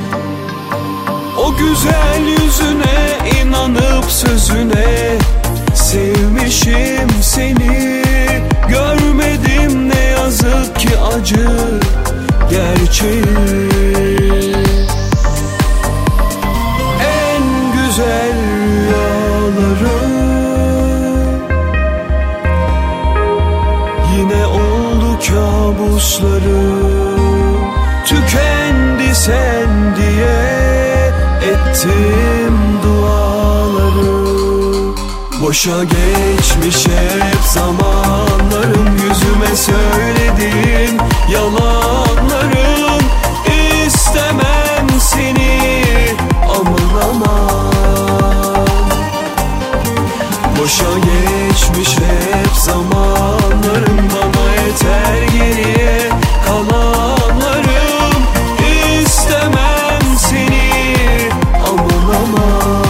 O güzel yüzüne inanıp sözüne sevmişim seni. Görmedim ne yazık ki acı gerçeği. Güzel rüyalarım yine oldu kabuslarım. Tükendi ettim duaları. Boşa geçmiş hep zamanlarım, yüzüme söylediğin yalanların. İstemem seni aman aman. Boşa geçmiş hep zamanlarım, bana yeter geriye kalanlarım. İstemem seni aman aman.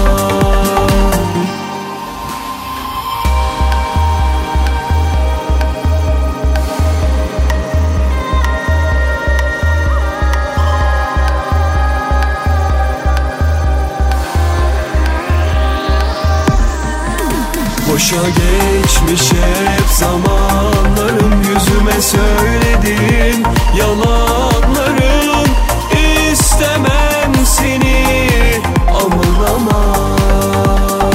Boşa geçmiş hep zamanlarım, yüzüme söylediğin yalanların. İstemem seni aman aman.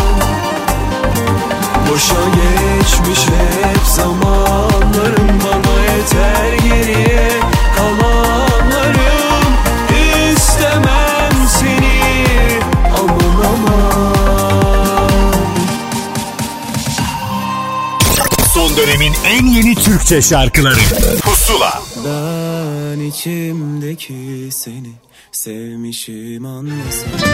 Boşa geçmiş hep zamanlarım, bana yeter geriye kalanlarım. İstemem seni aman aman. Son dönemin en yeni Türkçe şarkıları Pusula. Ben içimdeki seni sevmişim anlasana.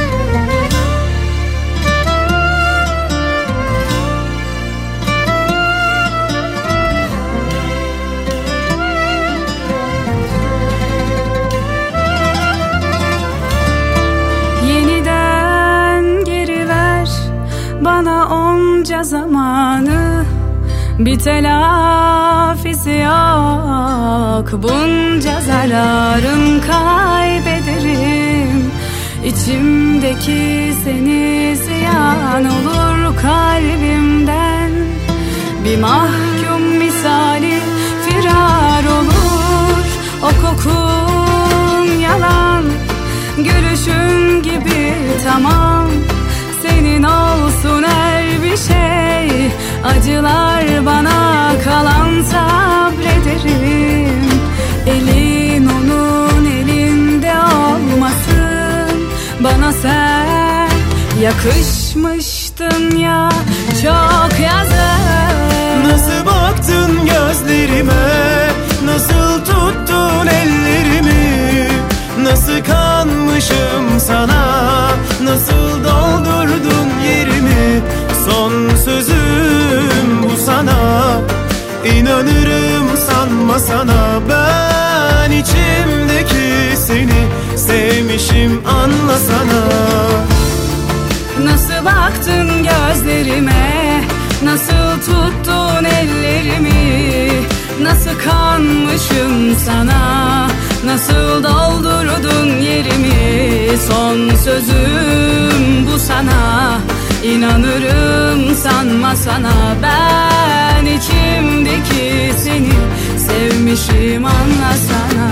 Yeniden geri ver bana onca zamanı. Bir telafisi yok bunca zararım, kaybederim. İçimdeki seni ziyan olur kalbimden. Bir mahkum misali firar olur. O kokun yalan, gülüşün gibi tamam. Senin olsun her bir şey. Acılar bana kalan, sabrederim. Elin onun elinde olmasın. Bana sen yakışmıştın ya, çok yazık. Nasıl baktın gözlerime, nasıl tuttun ellerimi. Nasıl kanmışım sana, nasıl doldurdun yerimi. Son sözüm bu sana, inanırım sanma sana. Ben içimdeki seni sevmişim anlasana. Nasıl baktın gözlerime, nasıl tuttun ellerimi. Nasıl kanmışım sana, nasıl doldurdun yerimi. Son sözüm bu sana, İnanırım sanma sana. Ben içimdeki seni sevmişim anlasana.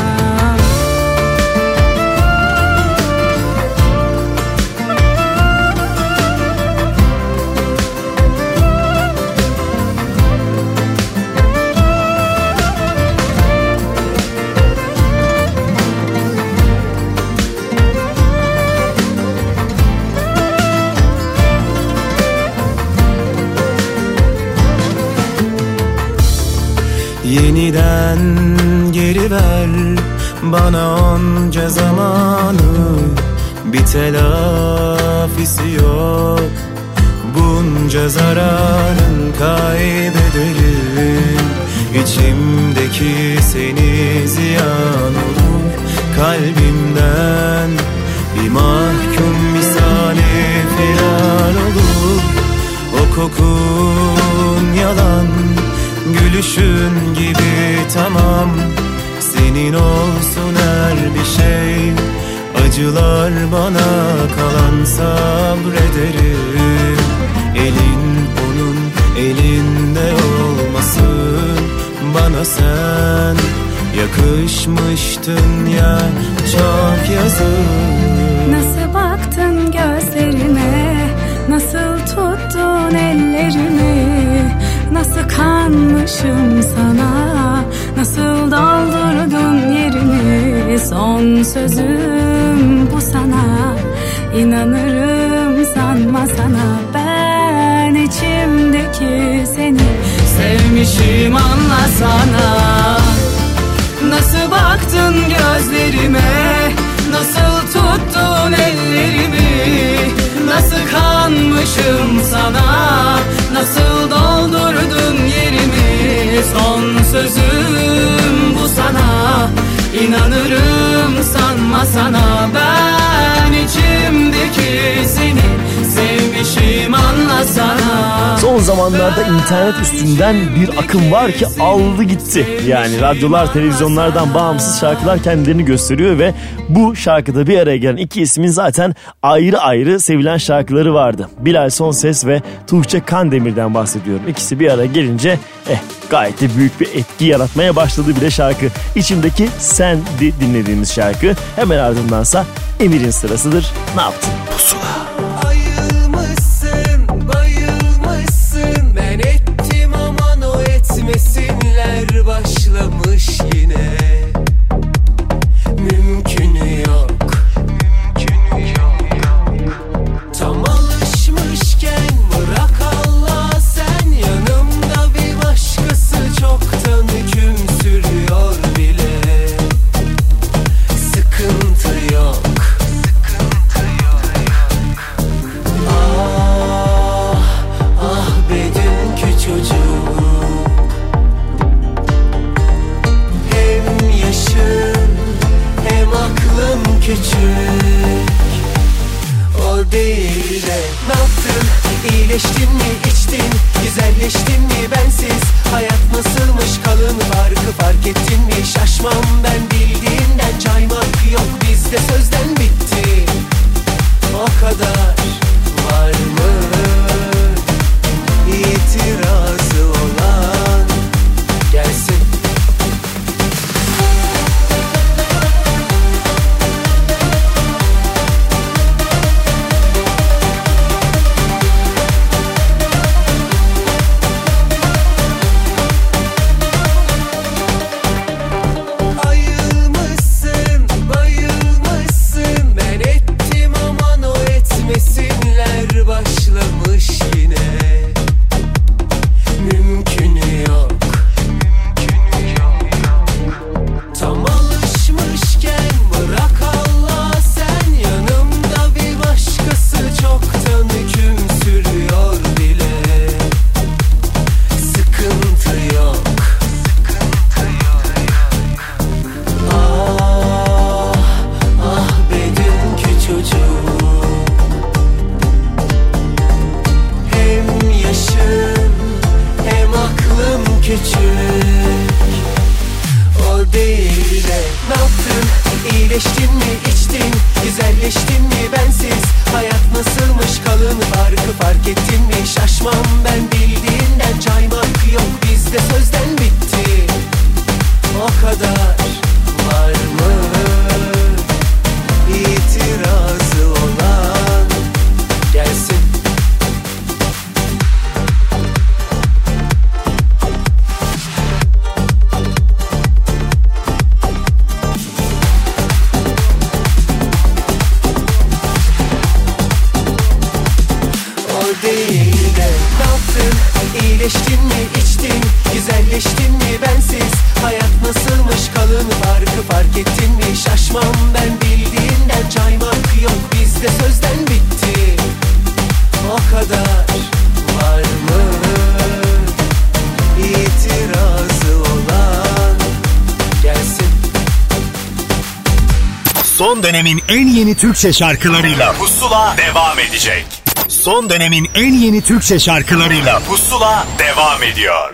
Yeniden geri ver bana onca zamanı. Bir telafisi yok bunca zararın, kaybederim. İçimdeki seni ziyan olur kalbimden. Bir mahkum misali firar olur. O kokun yalan, gülüşün gibi tamam. Senin olsun her bir şey. Acılar bana kalan, sabrederim. Elin onun elinde olmasın. Bana sen yakışmıştın ya, çok yazık. Nasıl baktın gözlerime, nasıl tuttun ellerimi. Nasıl kanmışım sana, nasıl doldurdun yerimi. Son sözüm bu sana, İnanırım sanma sana, ben içimdeki seni sevmişim anlasana. Nasıl baktın gözlerime, nasıl tuttun ellerimi, nasıl kanmışım sana, nasıl doldurdun yerimi. Son sözüm bu sana, İnanırım sanma sana, ben içimdeki seni sevmişim anlasana. Son zamanlarda internet üstünden bir akım var ki aldı gitti. Yani radyolar, televizyonlardan bağımsız şarkılar kendilerini gösteriyor ve bu şarkıda bir araya gelen iki ismin zaten ayrı ayrı sevilen şarkıları vardı. Bilal Sonses ve Tuğçe Kandemir'den bahsediyorum. İkisi bir araya gelince eh gayet de büyük bir etki yaratmaya başladı bile şarkı. İçimdeki Sendi dinlediğimiz şarkı. Hemen ardındansa Emir'in sırasıdır. Ne yaptın? Pusula. Ayılmışsın, bayılmışsın, ben ettim aman o etmesinler, başlamış yine. Mümkünü yok, mümkünü yok. Tam alışmışken bırak Allah, sen yanımda bir başkası çoktan hüküm sürüyor bile. Sıkıntı yok, sıkıntı yok. Ah, ah be dünkü çocuk. Hem yaşım hem aklım küçük. O değil de ne yaptın? İyileştin mi, içtin, güzelleştin mi bensiz? Hayat nasılmış, kalın farkı fark ettin mi? Şaşmam ben bildiğinden, caymak yok bizde, sözden bitti. O kadar var mı itirazı olan? Gelsin. Ayılmışsın, bayılmışsın, ben ettim aman o etmesinler, başlamış yine. Mümkünü yok, mümkünü yok. Tam alışmışken bırak Allah, sen yanımda bir başkası çoktan hüküm sürüyor bile. Sıkıntı yok, sıkıntı yok. Ah, ah be dünkü çocuk. Hem yaşım hem aklım küçük. O değil de ne yaptın? İyileştin mi, içtin, güzelleştin mi bensiz? Hayat nasılmış, kalın farkı fark ettin mi? Şaşmam ben bildiğinden, caymak yok bizde, sözden bitti. O kadar var mı itirazı olan? Gelsin. O değil de ne yaptın? İyileştin mi, içtin, güzelleştin mi bensiz? Hayat nasılmış, kalın farkı fark ettin mi? Şaşmam ben bildiğinden, caymak yok bizde, sözden bitti. O kadar var mı itirazı olan? Gelsin. Son dönemin en yeni Türkçe şarkılarıyla Pusula devam edecek. Son dönemin en yeni Türkçe şarkılarıyla Pusula devam ediyor.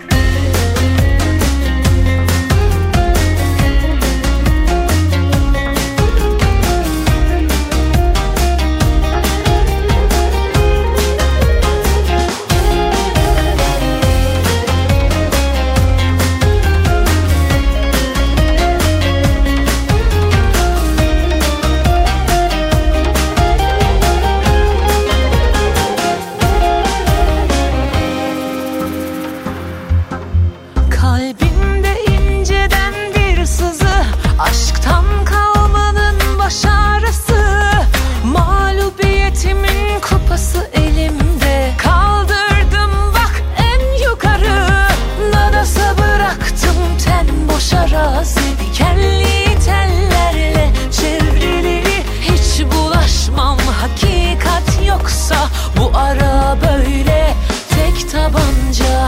arazi, dikenli tellerle çevrili. Hiç bulaşmam hakikat yoksa bu ara böyle tek tabanca.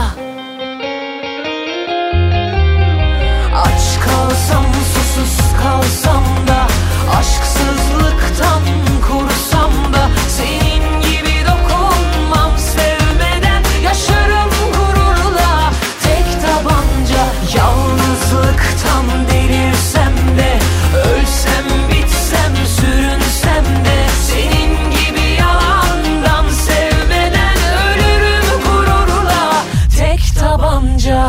Aç kalsam susuz kalsam da aşksızlıktan kurusam da senin gibi dokunmam sevmeden yaşarım gururla tek tabanca. Yalnızlıktan delirsem de ölsem bitsem sürünsem de senin gibi yalandan sevmeden ölürüm gururla tek tabanca.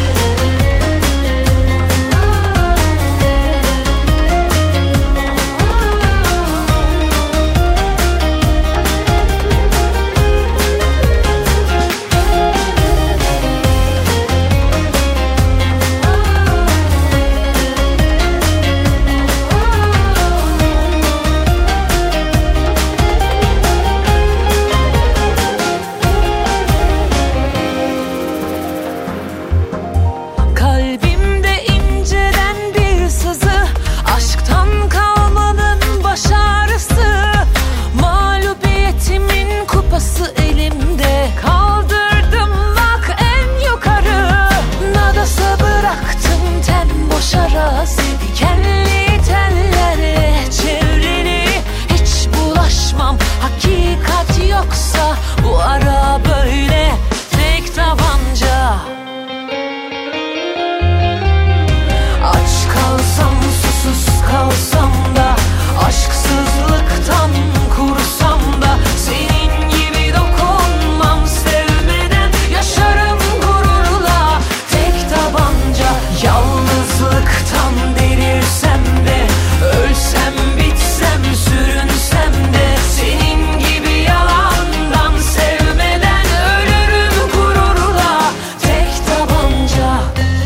Kalbimde inceden bir sızı, aşktan kalmanın baş ağrısı. Mağlubiyetimin kupası elimde, kaldırdım bak en yukarı. Nadasa bıraktım ten boş arazi, dikenli tellerle çevrili. Hiç bulaşmam hakikat yoksa bu ara böyle tek tabanca. Aç kalsam susuz kalsam da aşksızlıktan kurusam da senin gibi dokunmam sevmeden yaşarım gururla tek tabanca. Yalnızlıktan delirsem de ölsem bitsem sürünsem de senin gibi yalandan sevmeden ölürüm gururla tek tabanca.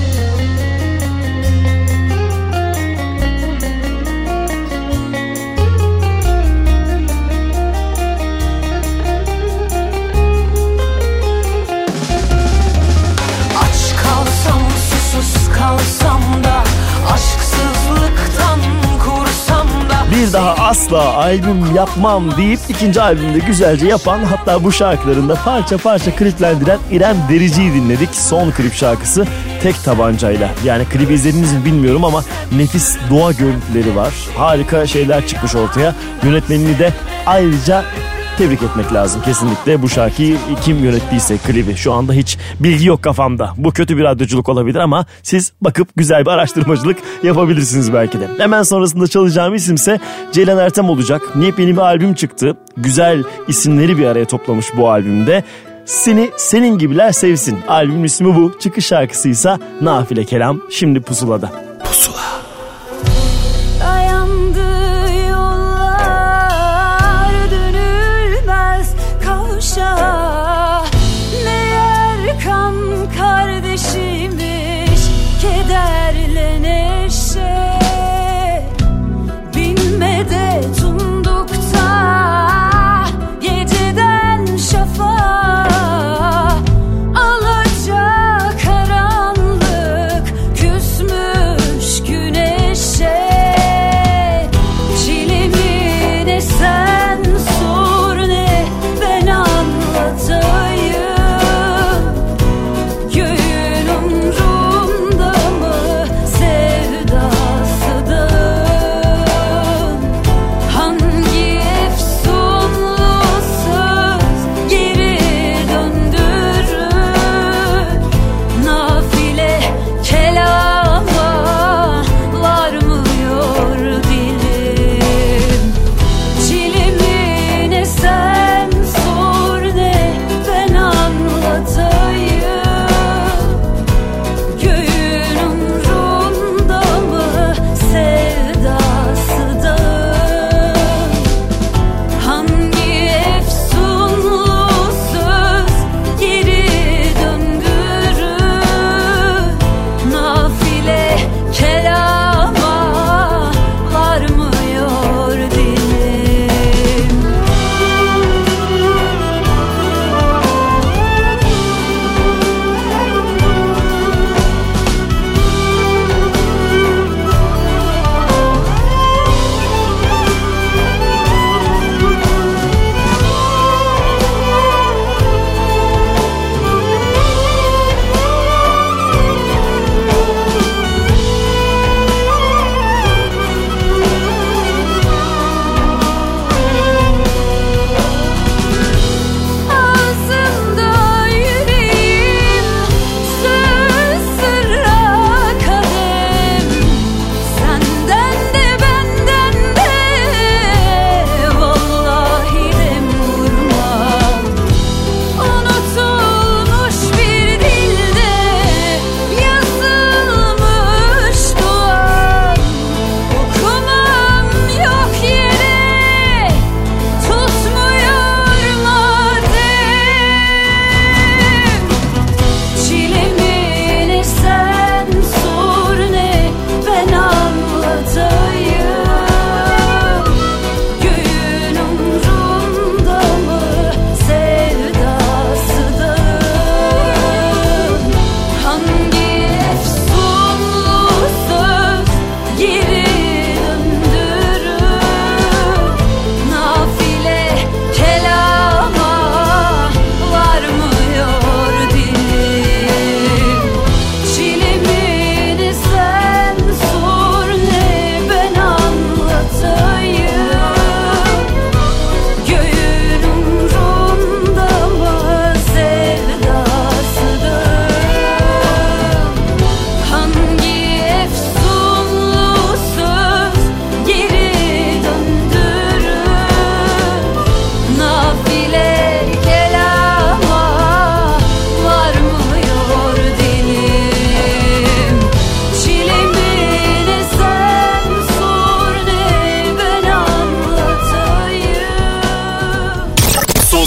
Aç kalsam susuz kalsam da aşksızlıktan kurusam da Bir daha asla albüm yapmam deyip ikinci albümde güzelce yapan, hatta bu şarkılarında parça parça kliplendiren İrem Derici'yi dinledik. Son klip şarkısı Tek Tabancayla. Yani klibi izlediniz mi bilmiyorum ama nefis doğa görüntüleri var. Harika şeyler çıkmış ortaya. Yönetmenini de ayrıca tebrik etmek lazım kesinlikle. Bu şarkıyı kim yönettiyse klibi, şu anda hiç bilgi yok kafamda. Bu kötü bir radyoculuk olabilir ama siz bakıp güzel bir araştırmacılık yapabilirsiniz belki de. Hemen sonrasında çalacağım isimse Ceylan Ertem olacak. Yepyeni bir albüm çıktı. Güzel isimleri bir araya toplamış bu albümde. Seni Senin Gibiler Sevsin. Albümün ismi bu. Çıkış şarkısıysa Nafile Kelam. Şimdi Pusula'da. Pusula. Dayandı yollar dönülmez kavşağa. Meğer kan kardeşimiz kederle neşe. Binmede tundukta geceden şafağa. Alacakaranlık küsmüş gün.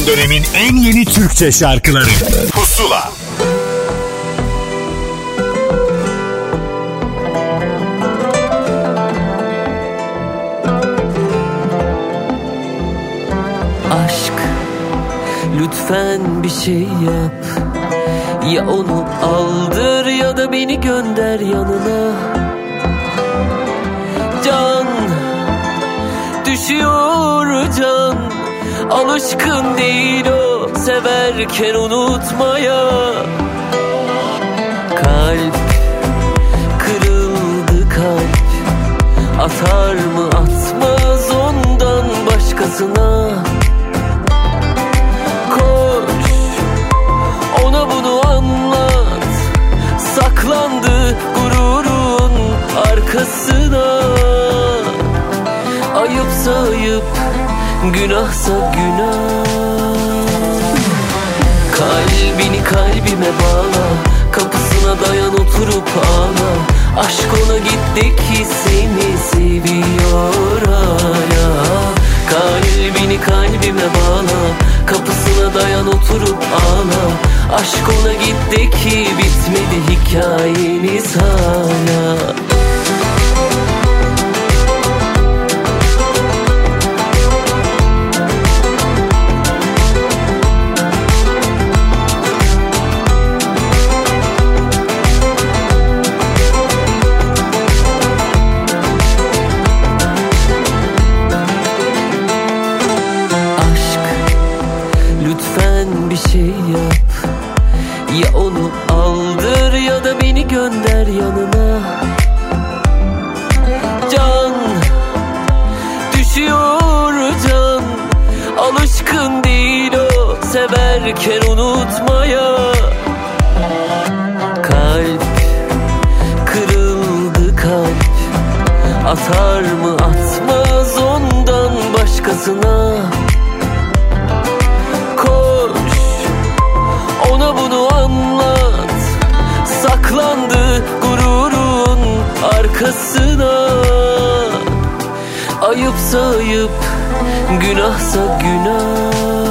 Son dönemin en yeni Türkçe şarkıları Pusula. Aşk, lütfen bir şey yap. Ya onu aldır ya da beni gönder yanına. Can, düşüyor can. Alışkın değil o severken unutmaya. Kalp, kırıldı kalp. Atar mı atmaz ondan başkasına. Koş, ona bunu anlat. Saklandı gururun arkasına. Ayıpsa ayıp, günahsa günah. Kalbini kalbime bağla. Kapısına dayan oturup ağla. Aşk ona gitti ki seni seviyor hala. Kalbini kalbime bağla. Kapısına dayan oturup ağla. Aşk ona gitti ki bitmedi hikayeniz hala. Şey yap. Ya onu aldır ya da beni gönder yanına. Can, düşüyor can. Alışkın değil o severken unutmaya. Kalp, kırıldı kalp. Atar mı atmaz ondan başkasına. Ona bunu anlat. Saklandı gururun arkasına. Ayıpsa ayıp, günahsa günah.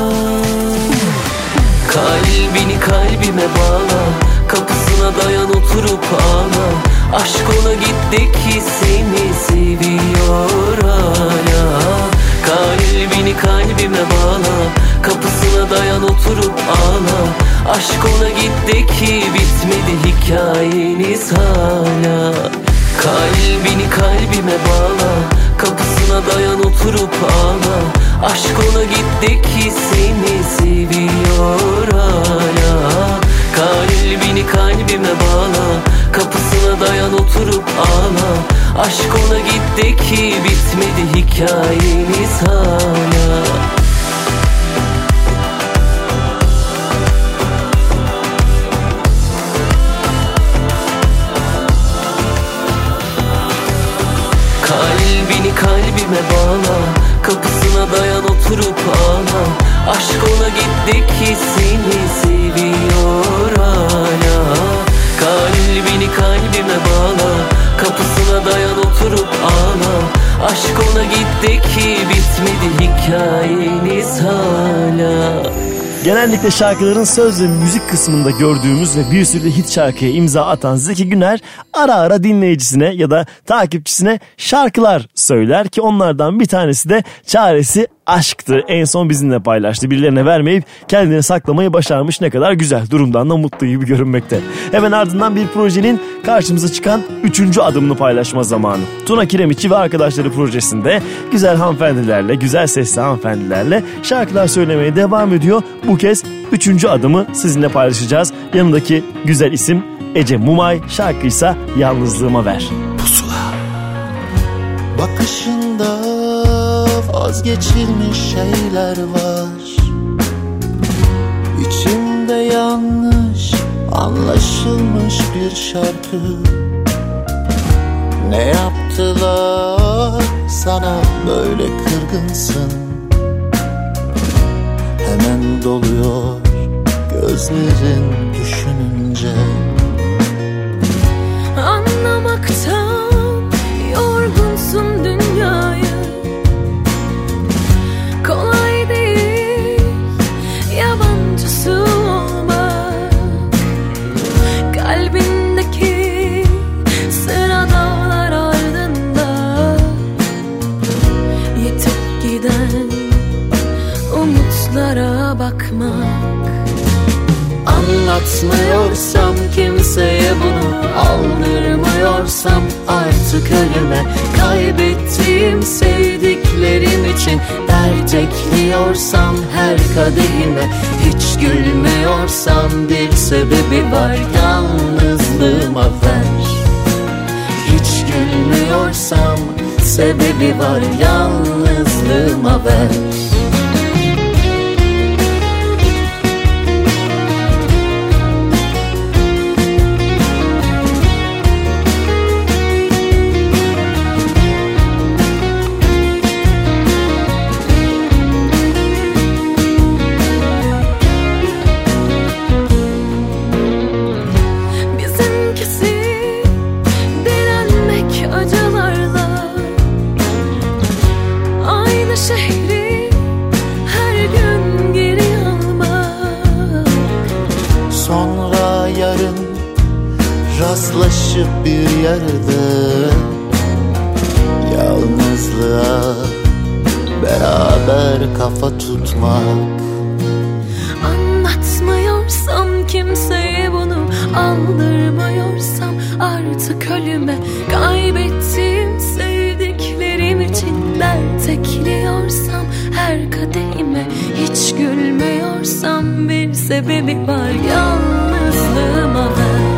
Kalbini kalbime bağla. Kapısına dayan oturup ağla. Aşk ona gitti ki seni seviyor hala. Kalbini kalbime bağla. Kapısına dayan oturup ağla. Aşk ona gitti ki bitmedi hikayeniz hala. Kalbini kalbime bağla. Kapısına dayan oturup ağla. Aşk ona gitti ki seni seviyor hala. Kalbini kalbime bağla. Kapısına dayan oturup ağla. Aşk ona gitti ki bitmedi hikayeniz hala. Kalbini kalbime bağla. Kapısına dayan oturup ağla. Aşk ona gitti ki seni seviyor hala. Kalbini kalbime bağla. Kapısına dayan oturup ağla. Aşk ona gitti ki bitmedi hikayeniz hala. Genellikle şarkıların söz ve müzik kısmında gördüğümüz ve bir sürü hit şarkıya imza atan Zeki Güner ara ara dinleyicisine ya da takipçisine şarkılar söyler ki onlardan bir tanesi de Çaresi Aşktı. En son bizimle paylaştı. Birilerine vermeyip kendine saklamayı başarmış, ne kadar güzel, durumdan da mutlu gibi görünmekte. Hemen ardından bir projenin karşımıza çıkan üçüncü adımını paylaşma zamanı. Tuna Kiremiçi ve arkadaşları projesinde güzel hanımefendilerle, güzel sesli hanımefendilerle şarkılar söylemeye devam ediyor. Bu kez üçüncü adımı sizinle paylaşacağız. Yanındaki güzel isim Ece Mumay, şarkıysa Yalnızlığıma Ver. Pusula. Bakışında vazgeçilmiş şeyler var. İçimde yanlış anlaşılmış bir şarkı. Ne yaptılar sana, böyle kırgınsın? Hemen doluyor gözlerin düşününce. Anlamaktan yorgunsun dünyayı. Kolay değil giden umutlara bakmak. Anlatmıyorsam kimseye bunu, aldırmıyorsam artık ölüme, kaybettiğim sevdiklerim için dert ekliyorsam her kadehime, hiç gülmüyorsam bir sebebi var, yalnızlığıma ver. Hiç gülmüyorsam sebebi var, yalnızlığıma ver. Rastlaşıp bir yerde yalnızlığa beraber kafa tutmak. Anlatmıyorsam kimseye bunu, aldırmıyorsam artık ölüme, kaybettiğim sevdiklerim için dert ekliyorsam her kadehime, hiç gülmüyorsam bir sebebi var, yalnızlığıma ver.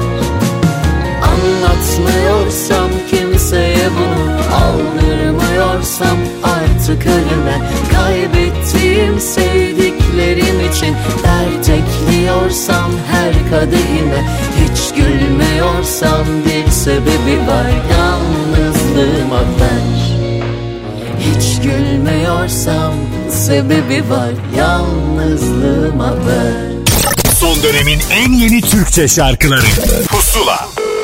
Anlatmıyorsam kimseye bunu, aldırmıyorsam artık ölüme, kaybettiğim sevdiklerim için dert ekliyorsam her kadehime, hiç gülmüyorsam bir sebebi var, yalnızlığıma ver. Hiç gülmüyorsam sebebi var, yalnızlığıma ver. Son dönemin en yeni Türkçe şarkıları Pusula.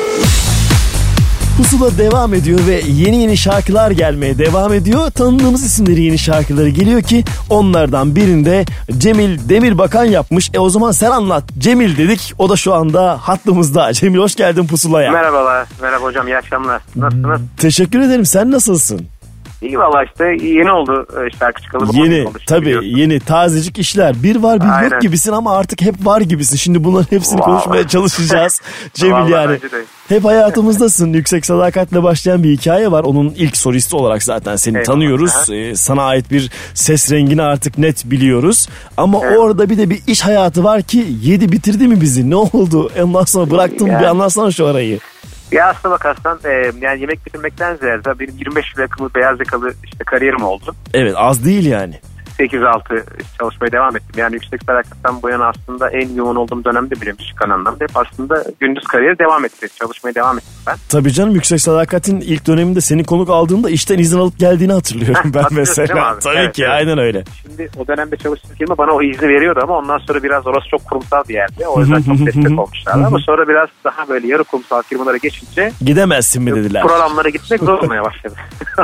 Pusula devam ediyor ve yeni yeni şarkılar gelmeye devam ediyor. Tanıdığımız isimleri yeni şarkıları geliyor ki onlardan birinde Cemil Demirbakan yapmış. E o zaman sen anlat Cemil dedik. O da şu anda hattımızda. Cemil hoş geldin Pusula'ya. Merhabalar. Merhaba hocam, iyi akşamlar. Nasılsınız? Teşekkür ederim. Sen nasılsın? İyi valla işte yeni oldu şarkı çıkalı. Yeni tabii biliyorsun. Yeni tazecik işler. Bir var bir Aynen. yok gibisin ama artık hep var gibisin. Şimdi bunların hepsini wow. konuşmaya çalışacağız. Cemil yani hep hayatımızdasın. Yüksek Sadakat'le başlayan bir hikaye var. Onun ilk solisti olarak zaten seni evet. tanıyoruz. Ee, sana ait bir ses rengini artık net biliyoruz. Ama evet. orada bir de bir iş hayatı var ki yedi bitirdi mi bizi? Ne oldu? Ondan sonra bıraktın yani. Bir anlatsana şu arayı. Ya aslına bakarsan e, yani yemek bitirmekten ziyade benim yirmi beş yıl yakın beyaz yakalı işte kariyerim oldu. Evet, az değil yani. sekiz altı çalışmaya devam ettim. Yani Yüksek Sadakat'tan bu yana aslında en yoğun olduğum dönemde bile müzik kanalında hep aslında gündüz kariyeri devam etti. Çalışmaya devam ettim ben. Tabii canım, Yüksek Sadakat'in ilk döneminde seni konuk aldığımda işten izin alıp geldiğini hatırlıyorum ben mesela. Tabii evet, ki evet. Aynen öyle. Şimdi o dönemde çalıştığım firma bana o izni veriyordu ama ondan sonra biraz orası çok kurumsal bir yerdi. O yüzden çok destek olmuşlardı ama sonra biraz daha böyle yarı kurumsal firmalara geçince gidemezsin mi dediler. Programlara gitmek zor olmaya başladı.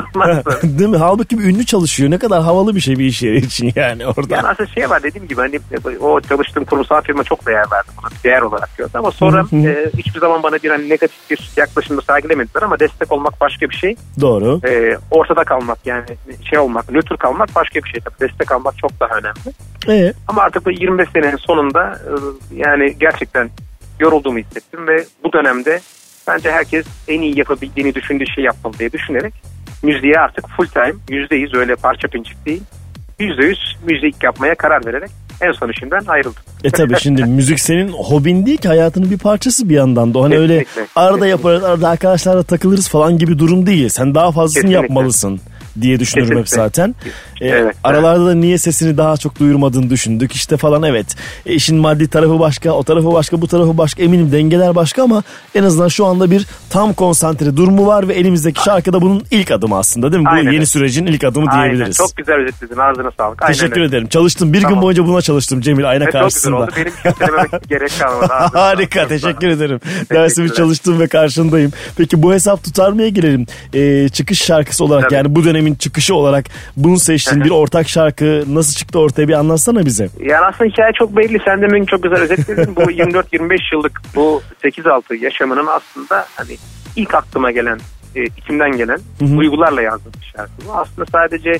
Değil mi? Halbuki bir ünlü çalışıyor. Ne kadar havalı bir şey bir iş yeri için yani orada. Yani aslında şey var, dediğim gibi hani o çalıştığım kurumsal firma çok değer verdi buna, bir değer olarak gördü ama sonra e, hiçbir zaman bana bir hani negatif bir yaklaşımda sergilemediler ama destek olmak başka bir şey. Doğru. E, ortada kalmak yani şey olmak, nötr kalmak başka bir şey tabii. Destek almak çok daha önemli. Evet. Ama artık bu yirmi beş senenin sonunda e, yani gerçekten yorulduğumu hissettim ve bu dönemde bence herkes en iyi yapabildiğini düşündüğü şey yapmalı diye düşünerek müziğe artık full time, yüzde yüz öyle parça pinçik değil, yüzde yüz müzik yapmaya karar vererek en son işimden ayrıldım. E tabii şimdi müzik senin hobin değil ki, hayatının bir parçası bir yandan da. Hani kesinlikle, öyle arada kesinlikle. yaparız, arada arkadaşlarla takılırız falan gibi durum değil. Sen daha fazlasını kesinlikle. yapmalısın diye düşünüyorum hep zaten. Ee, evet, aralarda da niye sesini daha çok duyurmadığını düşündük işte falan, evet. E, işin maddi tarafı başka, o tarafı başka, bu tarafı başka, eminim dengeler başka ama en azından şu anda bir tam konsantre durumu var ve elimizdeki şarkı da bunun ilk adımı aslında, değil mi? Aynen. Bu yeni sürecin ilk adımı Aynen. diyebiliriz. Çok güzel özetledin, ağzına sağlık. Aynen. Teşekkür ederim. Çalıştım. Bir tamam. gün boyunca buna çalıştım Cemil, ayna evet, karşısında. Çok güzel oldu. Benim söylememek gerek kalmadı. Harika, teşekkür ederim. Dersimi çalıştım ve karşındayım. Peki bu hesap tutarmaya girelim. Ee, çıkış şarkısı olarak Tabii. yani bu dönemin çıkışı olarak bunu seçtiğin bir ortak şarkı nasıl çıktı ortaya, bir anlatsana bize. Yani aslında hikaye çok belli. Sen de çok güzel özetledin. Bu yirmi dört yirmi beş yıllık bu sekiz altı yaşamının aslında hani ilk aklıma gelen, e, içimden gelen Hı-hı. duygularla yazdığım bir şarkı. Bu aslında sadece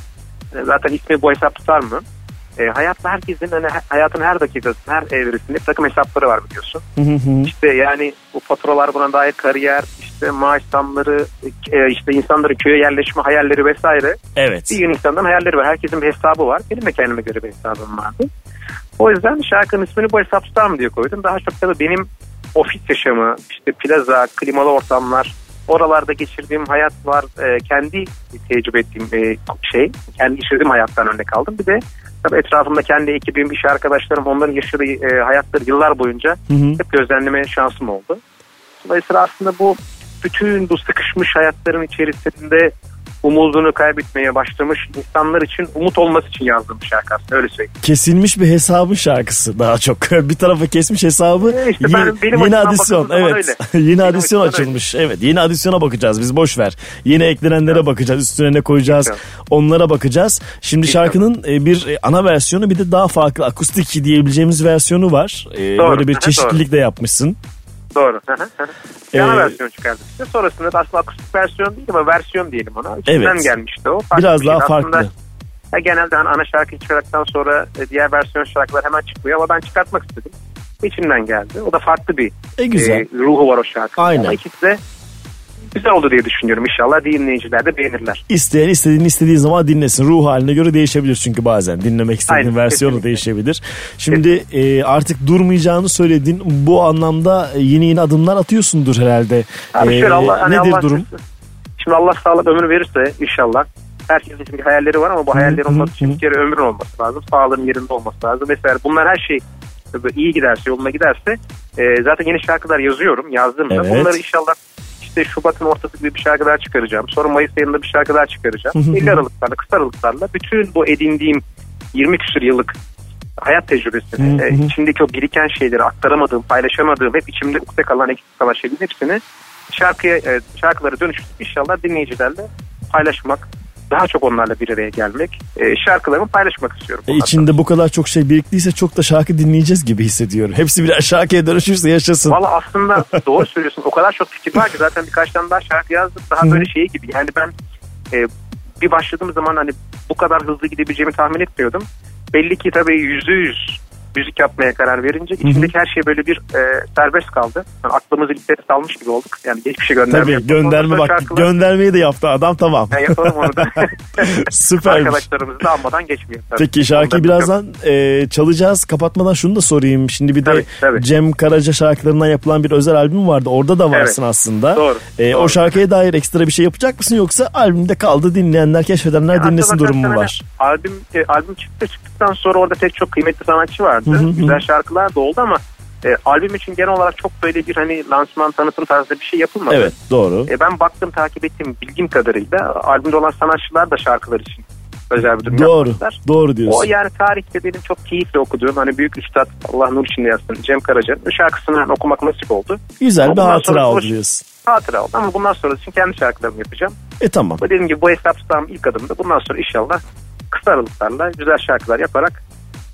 E, zaten ismi bu hesap tutar mı? E, hayatta herkesin hani hayatın her dakikasında, her evresinde bir takım hesapları var biliyorsun. Hı hı. İşte yani bu faturalar, buna dair kariyer, işte maaş zamları, e, işte insanların köye yerleşme hayalleri vesaire. Evet. Bir gün insanların hayalleri var. Herkesin bir hesabı var. Benim de kendime göre bir hesabım vardı. O yüzden şarkının ismini bu hesap tutar mı diye koydum. Daha çok tabii benim ofis yaşamı, işte plaza, klimalı ortamlar, oralarda geçirdiğim hayat var. E, kendi tecrübe ettiğim e, şey, kendi yaşadığım hayattan örnek aldım. Bir de tabii etrafımda kendi ekibim, iş arkadaşlarım, onların yaşadığı e, hayatları yıllar boyunca hı hı. hep gözlemleme şansım oldu. Dolayısıyla aslında bu bütün bu sıkışmış hayatların içerisinde umudunu kaybetmeye başlamış insanlar için umut olması için yazdığım bir şarkı aslında, öyle söyleyeyim. Kesilmiş bir hesabın şarkısı daha çok. Bir tarafa kesmiş hesabı. E işte ben, yeni, yeni adisyon, evet. yeni adisyon açılmış. Öyle. Evet, yeni adisyona bakacağız biz, boş ver. Yeni eklenenlere evet. bakacağız, üstüne ne koyacağız, evet. onlara bakacağız. Şimdi evet. şarkının bir ana versiyonu, bir de daha farklı akustik diyebileceğimiz versiyonu var. Doğru. Böyle bir çeşitlilik de yapmışsın. Doğru. Yana ee, versiyon çıkardık işte. Sonrasında da aslında akustik versiyon değil ama versiyon diyelim ona. İçinden evet. gelmişti o. Farklı biraz daha farklı. Aslında, ya genelde hani ana şarkıyı çıkardıktan sonra diğer versiyon şarkılar hemen çıkmıyor ama ben çıkartmak istedim. İçimden geldi. O da farklı bir e, güzel. E, ruhu var o şarkının. Aynen. Ama ikisi de güzel oldu diye düşünüyorum. İnşallah dinleyiciler de beğenirler. İsteyen istediğini istediği zaman dinlesin. Ruh haline göre değişebilir çünkü bazen. Dinlemek istediğin Aynen, versiyonu kesinlikle. değişebilir. Şimdi e, artık durmayacağını söyledin. Bu anlamda yeni yeni adımlar atıyorsundur herhalde. Abi şöyle Allah, hani nedir Allah durum? Kesin. Şimdi Allah sağlık ömür verirse inşallah. Herkesin bir hayalleri var ama bu hayallerin olması için bir kere ömrün olması lazım. Sağlığın yerinde olması lazım. Mesela bunlar her şey iyi giderse, yoluna giderse e, zaten yeni şarkılar yazıyorum. Yazdığımda evet. bunları inşallah İşte Şubat'ın ortası gibi bir şarkılar çıkaracağım. Sonra Mayıs ayında bir şarkılar çıkaracağım. belli aralıklarla, kısa aralıklarla bütün bu edindiğim yirmi küsur yıllık hayat tecrübesini, e, içindeki o biriken şeyleri aktaramadığım, paylaşamadığım, hep içimde ukde kalan, eksik kalan şeylerin hepsini şarkıya, e, şarkılara dönüştürüp inşallah dinleyicilerle paylaşmak, daha çok onlarla bir araya gelmek, e, şarkılarımı paylaşmak istiyorum. E içinde bu kadar çok şey biriktiyse çok da şarkı dinleyeceğiz gibi hissediyorum. Hepsi birer şarkıya dönüşürse yaşasın. Valla aslında doğru söylüyorsun. O kadar çok fikir var ki zaten birkaç tane daha şarkı yazdım. Daha Hı-hı. böyle şey gibi. Yani ben e, bir başladığım zaman hani bu kadar hızlı gidebileceğimi tahmin etmiyordum. Belli ki tabii yüzde yüz müzik yapmaya karar verince Hı-hı. içindeki her şey böyle bir e, serbest kaldı. Yani aklımızı bir salmış gibi olduk. Yani geçmişe gönderme Tabii gönderme bak şarkılar... göndermeyi de yaptı adam, tamam. Yani yapalım onu da. Süpermiş. Arkadaşlarımızı da almadan geçmiyor. Tabii. Peki şarkıyı birazdan e, çalacağız. Kapatmadan şunu da sorayım. Şimdi bir de tabii, tabii. Cem Karaca şarkılarından yapılan bir özel albüm vardı. Orada da varsın evet. aslında. Doğru, e, doğru. O şarkıya dair ekstra bir şey yapacak mısın, yoksa albümde kaldı, dinleyenler, keşfedenler yani dinlesin durumu mu var? Albüm, e, albüm çıktı çıktıktan sonra orada pek çok kıymetli sanatçı vardı. Hı hı. Güzel şarkılar da oldu ama e, albüm için genel olarak çok böyle bir hani lansman, tanıtım tarzında bir şey yapılmadı. Evet, doğru. E, ben baktım, takip ettiğim bilgim kadarıyla albümde olan sanatçılar da şarkılar için özel bir durum doğru, yapmışlar. Doğru diyorsun. O yani tarihte benim çok keyifle okuduğum hani büyük üstad, Allah nur içinde yatsın, Cem Karaca'nın şarkısını okumak nasip oldu. Güzel ama bir hatıra oldu bu, diyorsun. Hatıra oldu ama bundan sonra için kendi şarkılarımı yapacağım. E tamam. Dediğim gibi bu hesap tutan ilk adımda, bundan sonra inşallah kısa aralıklarla güzel şarkılar yaparak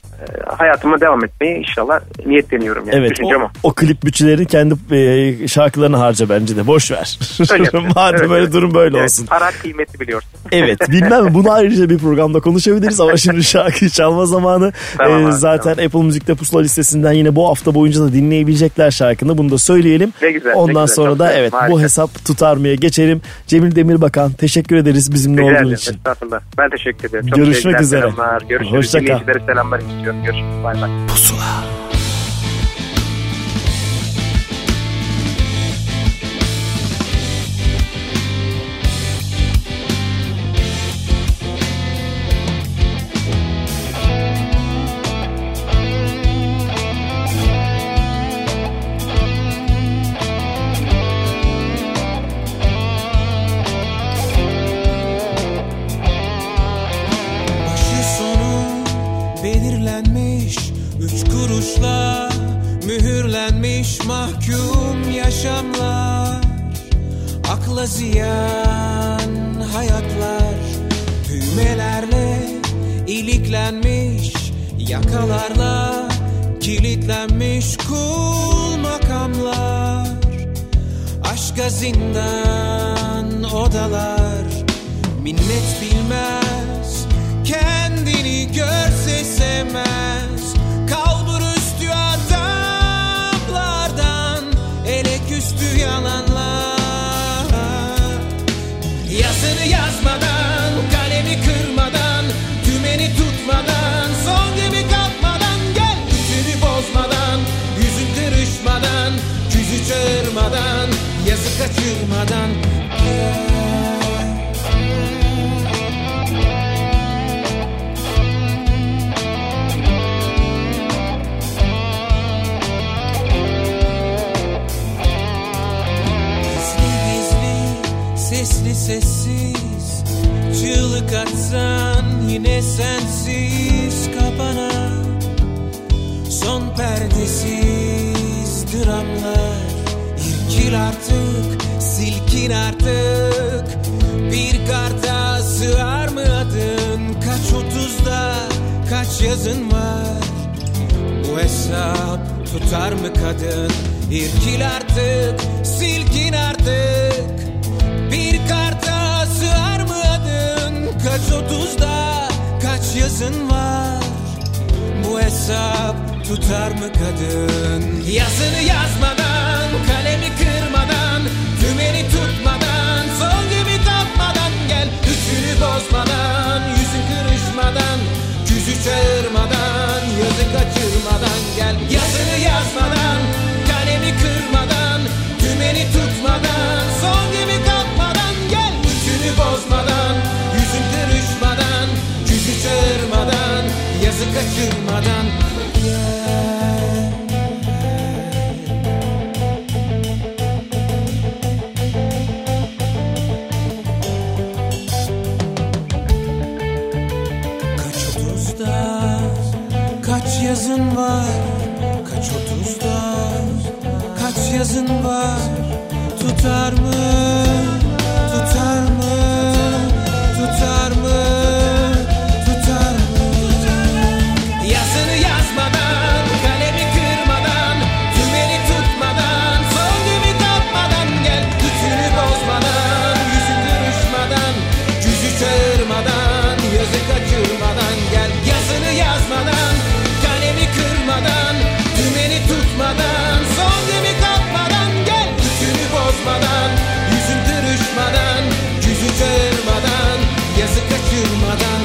hayatıma devam etmeyi inşallah niyetleniyorum. Yani. Evet, o, o. o klip bütçeleri kendi e, şarkılarına harca bence de, boş ver. Madem evet, öyle evet. durum böyle evet, olsun. Para kıymeti biliyorsun. Evet, bilmem bunu ayrıca bir programda konuşabiliriz ama şimdi şarkıyı çalma zamanı. Tamam, ee, zaten tamam. Apple Müzik'te Pusula listesinden yine bu hafta boyunca da dinleyebilecekler şarkını, bunu da söyleyelim. Ne güzel. Ondan ne güzel, sonra da evet harika. Bu hesap tutar mı'ya geçelim. Cemil Demirbakan, teşekkür ederiz bizimle Rica olduğun ederim, için. Estağfurullah. Ben teşekkür ederim. Çok görüşmek üzere. Selamlar. Görüşürüz. Hoşça kal. Dinleyicilere selamlar istiyorum. Görüşürüz. Bay bay. Pusula. Mühürlenmiş mahkum yaşamlar, akla ziyan hayatlar, düğmelerle iliklenmiş yakalarla kilitlenmiş kul makamlar, aşka zindan odalar, minnet bilmez sessiz, çığlık atsan yine sensiz kapanan son perdesiz dramlar. İrkil artık, silkin artık, bir karta sığar mı adın? Kaç otuzda, kaç yazın var? Bu hesap tutar mı kadın? İrkil artık, silkin artık, bir karta sığar mı adın? Kaç otuzda, kaç yazın var? Bu hesap tutar mı kadın? Yazını yazmadan, kalemi kırmadan, tümeni tutmadan, son gibi tatmadan gel. Ütünü bozmadan, yüzün kırışmadan, yüzü çağırmadan, yazı kaçırmadan gel. Yazını yazmadan, kalemi kırmadan, tümeni tutmadan, son gibi tatmadan gel. Ütünü bozmadan, yüzün kırışmadan, yüzü çağırmadan, yazı kaçırmadan gel. Kaç yazın var, kaç otuzda, kaç yazın var? Tutar mı, tutar mı, tutar mı, tutar mı? Yazını yazmadan, kalemi kırmadan, tümeni tutmadan, son gibi tatmadan gel. Bütünü bozmadan, yüzü kırışmadan, yüzü çağırmadan, yazı kaçırmadan gel. Yazını yazmadan, kırmadan, tümeni tutmadan, son gibi kalkmadan gel. Bütünü bozmadan, yüzün kırışmadan, yüzü çağırmadan, yazı kaçırmadan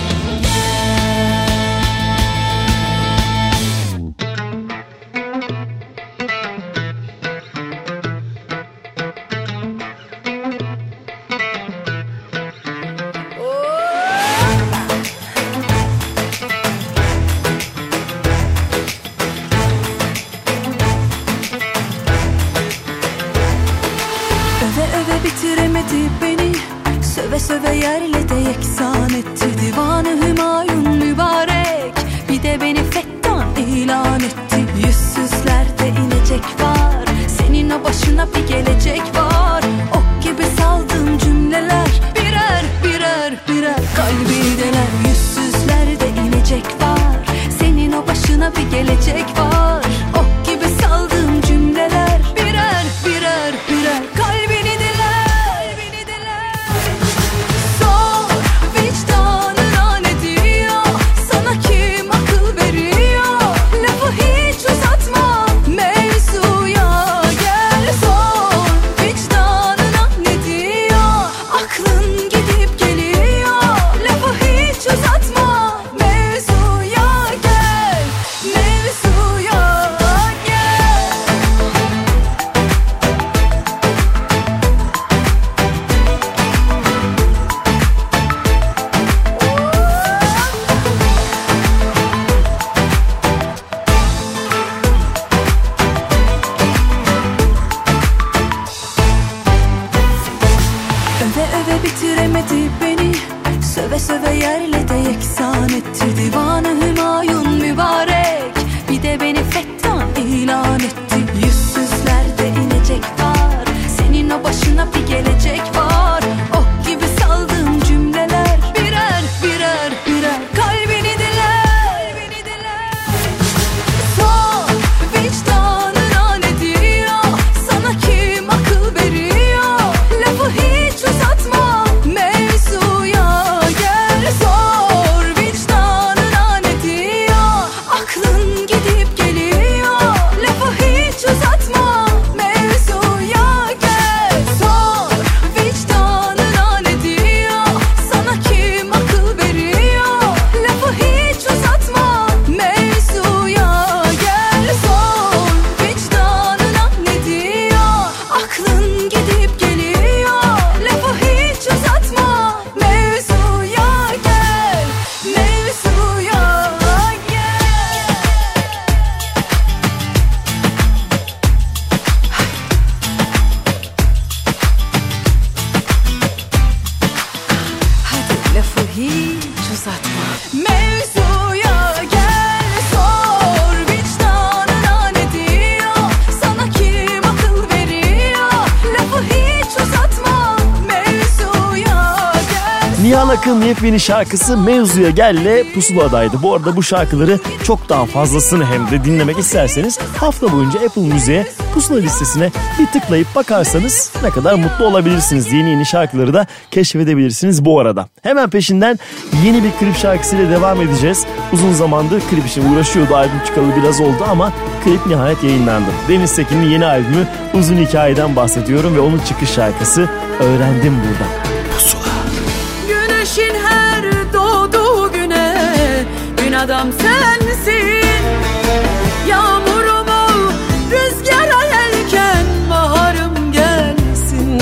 söve yerle de yeksan etti. Divanı Hümayun mübarek, bir de beni fettan ilan etti. Yüzsüzlerde inecek var, senin o başına bir gelecek var. Ok gibi saldığım cümleler, birer birer birer kalbideler. Yüzsüzlerde inecek var, senin o başına bir gelecek var. Ok gibi saldığım cümleler, birer birer birer kalbini Akın yepyeni şarkısı Mevzuya Gel'le Pusula'daydı. Bu arada bu şarkıları çok daha fazlasını hem de dinlemek isterseniz hafta boyunca Apple Müziğe Pusula listesine bir tıklayıp bakarsanız ne kadar mutlu olabilirsiniz. Yeni yeni şarkıları da keşfedebilirsiniz bu arada. Hemen peşinden yeni bir klip şarkısıyla devam edeceğiz. Uzun zamandır klip için uğraşıyordu. Albüm çıkalı biraz oldu ama klip nihayet yayınlandı. Deniz Tekin'in yeni albümü Uzun Hikaye'den bahsediyorum ve onun çıkış şarkısı Öğrendim Buradan. Pusula. Güneşin her doğduğu güne gün adam sensin. Yağmurum ol, rüzgara yelken, baharım gelsin.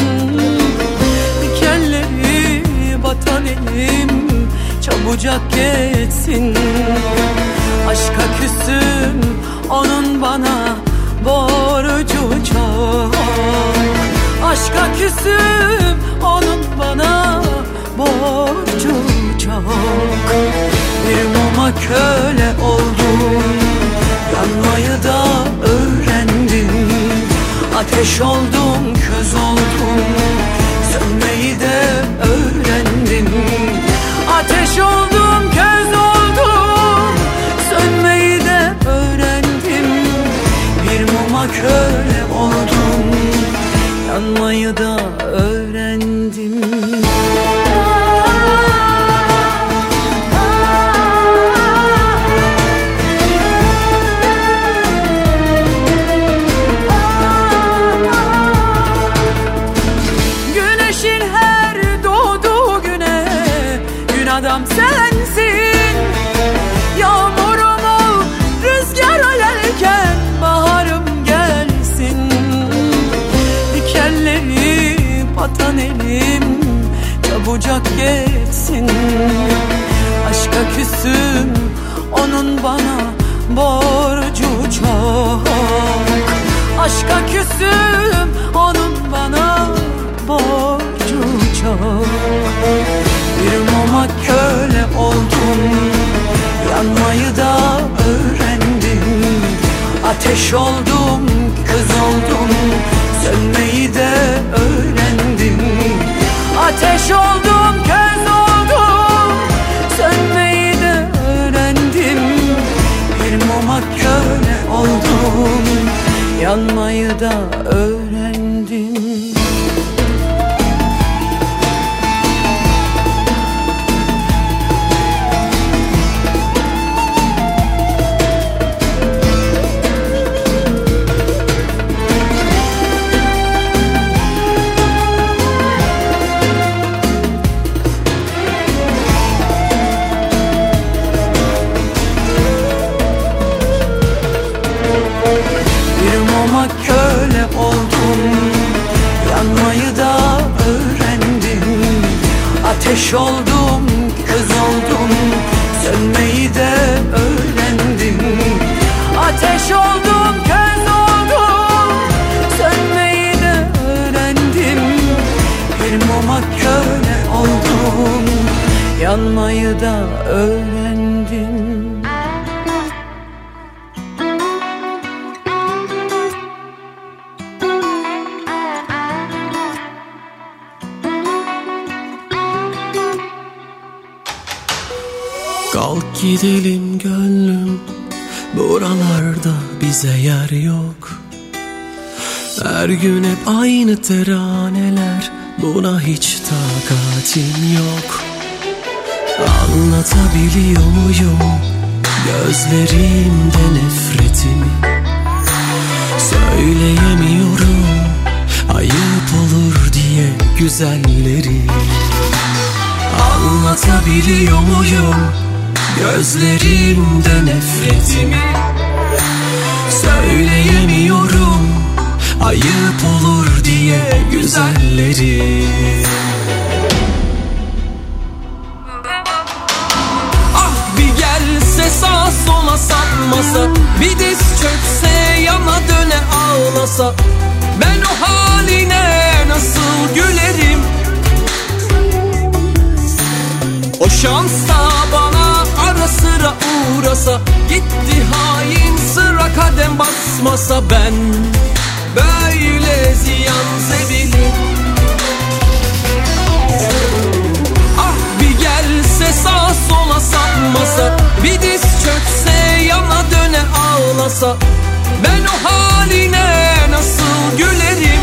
Dikenleri batan elim çabucak geçsin. Aşka küsüm, onun bana borcu çok. Aşka küsüm, onun bana borcu çok. Bir muma köle oldum, yanmayı da öğrendim. Ateş oldum, köz oldum, sönmeyi de öğrendim. Ateş oldum, köz oldum, sönmeyi de öğrendim. Bir muma köle oldum, yanmayı da öğrendim. Güneşin her doğduğu güne gün adam sensin. Yağmurum ol, rüzgara yelken, baharım gelsin. Dikenleri batan elim çabucak geçsin. Aşka küsüm, onun bana borcu çok. Aşka küsüm, onun bana borcu çok. Bir muma köle oldum, yanmayı da öğrendim. Ateş oldum, köz oldum, sönmeyi de öğrendim. Ateş oldum, köz oldum, sönmeyi de öğrendim. Bir muma köle oldum, yanmayı da öğrendim. Köle oldum, yanmayı da öğrendim. Ateş oldum, köz oldum, sönmeyi de öğrendim. Ateş oldum, köz oldum, sönmeyi de öğrendim. Bir muma köle oldum, yanmayı da öğrendim. Kalk gidelim gönlüm, buralarda bize yer yok. Her gün hep aynı teraneler, buna hiç takatim yok. Anlatabiliyor muyum gözlerimde nefretimi? Söyleyemiyorum, ayıp olur diye güzelleri. Anlatabiliyor muyum gözlerimde nefretimi? Söyleyemiyorum, ayıp olur diye güzelleri. Ah bir gelse sağa sola sapmasa, bir diz çökse yana döne ağlasa, ben o haline nasıl gülerim? O şans da bana ara sıra uğrasa, gitti hain sıra kadem basmasa, ben böyle ziyan zebilim. Ah bir gel gelse sağa sola sapmasa, bir diz çökse yana döne ağlasa, ben o haline nasıl gülerim?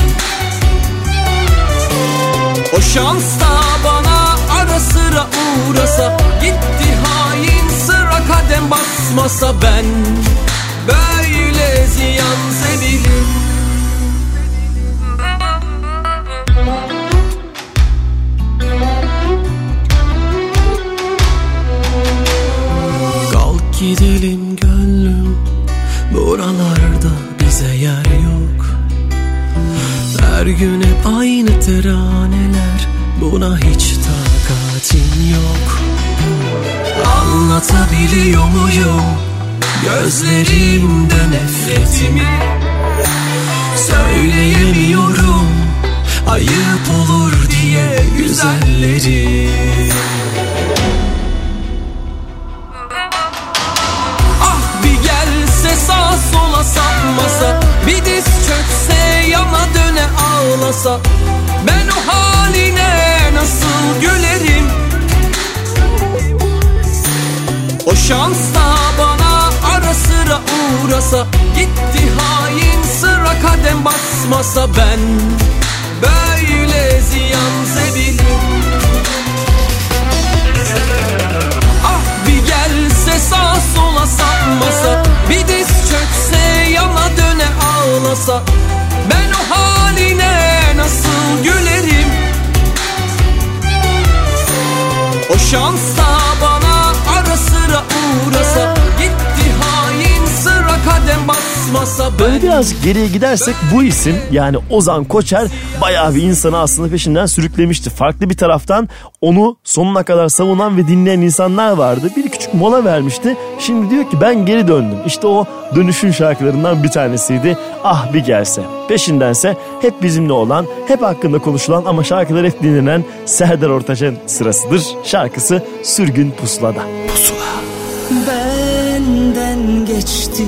O şans da bana ara sıra uğrasa, gitti hain sıra kadem basmasa, ben böyle ziyan sevilim. Kalk gidelim gönlüm, buralarda bize yer yok. Her gün hep aynı teraneler, buna hiç takatim yok. Anlatabiliyor muyum gözlerimde nefretimi? Söyleyemiyorum, ayıp olur diye güzelleri. Ah bir gelse sağa sola sapmasa, bir diz çökse yana döne ağlasa, ben o haline nasıl gülerim? O şans da bana ara sıra uğrasa, gitti hain sıra kadem basmasa, ben böyle ziyan sevilim. Ah bir gelse sağa sola sapmasa, bir diz çökse yana döne ağlasa, ben o haline nasıl gülerim? O şans da bana ara sıra uğrasa, gitti hain sıra kadem basmasa, ben... Böyle biraz geriye gidersek bu isim, yani Ozan Koçer, bayağı bir insanı aslında peşinden sürüklemişti. Farklı bir taraftan onu sonuna kadar savunan ve dinleyen insanlar vardı. Bir küçük mola vermişti. Şimdi diyor ki ben geri döndüm. İşte o dönüşün şarkılarından bir tanesiydi. Ah bir gelse. Peşindense hep bizimle olan, hep hakkında konuşulan ama şarkılar hep dinlenen Serdar Ortaç'ın sırasıdır. Şarkısı Sürgün Pusula'da. Pusula. Benden geçti,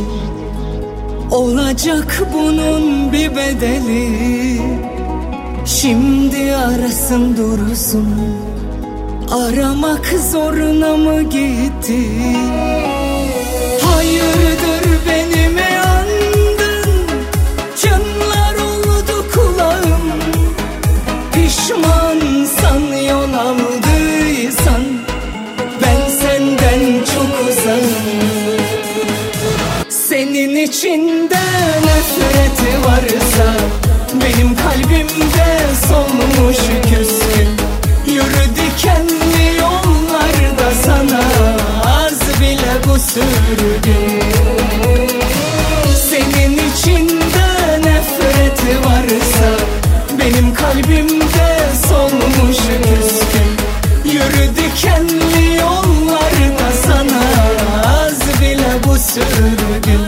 olacak bunun bir bedeli. Şimdi arasın dursun, aramak zoruna mı gitti? Hayırdır beni mi andın? Canlar oldu kulağım. Pişmansan yol aldıysan, ben senden çok uzağım. Senin içinde nefreti varsa, benim kalbimde solmuş küskün. Yürü dikenli yollarda sana az bile bu sürgün. Senin içinde nefreti varsa, benim kalbimde solmuş küskün. Yürü dikenli yollarda sana az bile bu sürgün.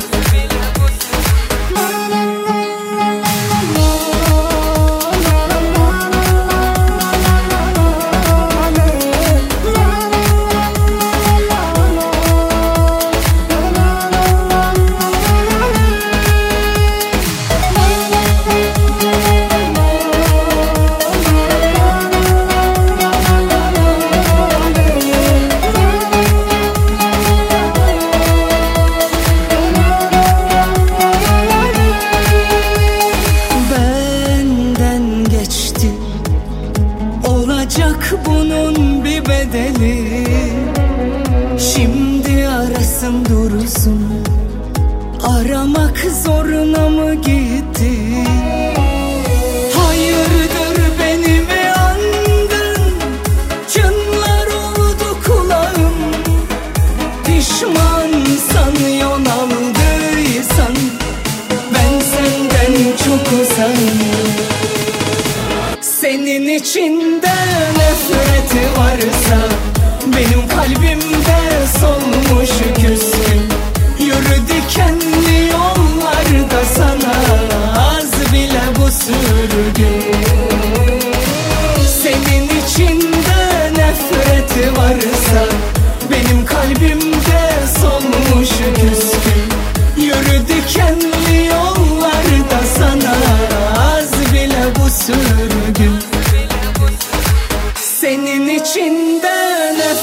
Aramak zoruna mı gitti? Hayırdır beni mi andın? Canlar oldu kulağım. Pişmansan yol aldıysan, ben senden çok uzağım. Senin içinde nefreti varsa, benim kalbimde solmuş küskün. Yürü dikenli yollarda sana az bile bu sürgün. Senin içinde nefreti varsa, benim kalbimde solmuş küskün. Yürü dikenli yollarda sana az bile bu sürgün. Senin içinde nefreti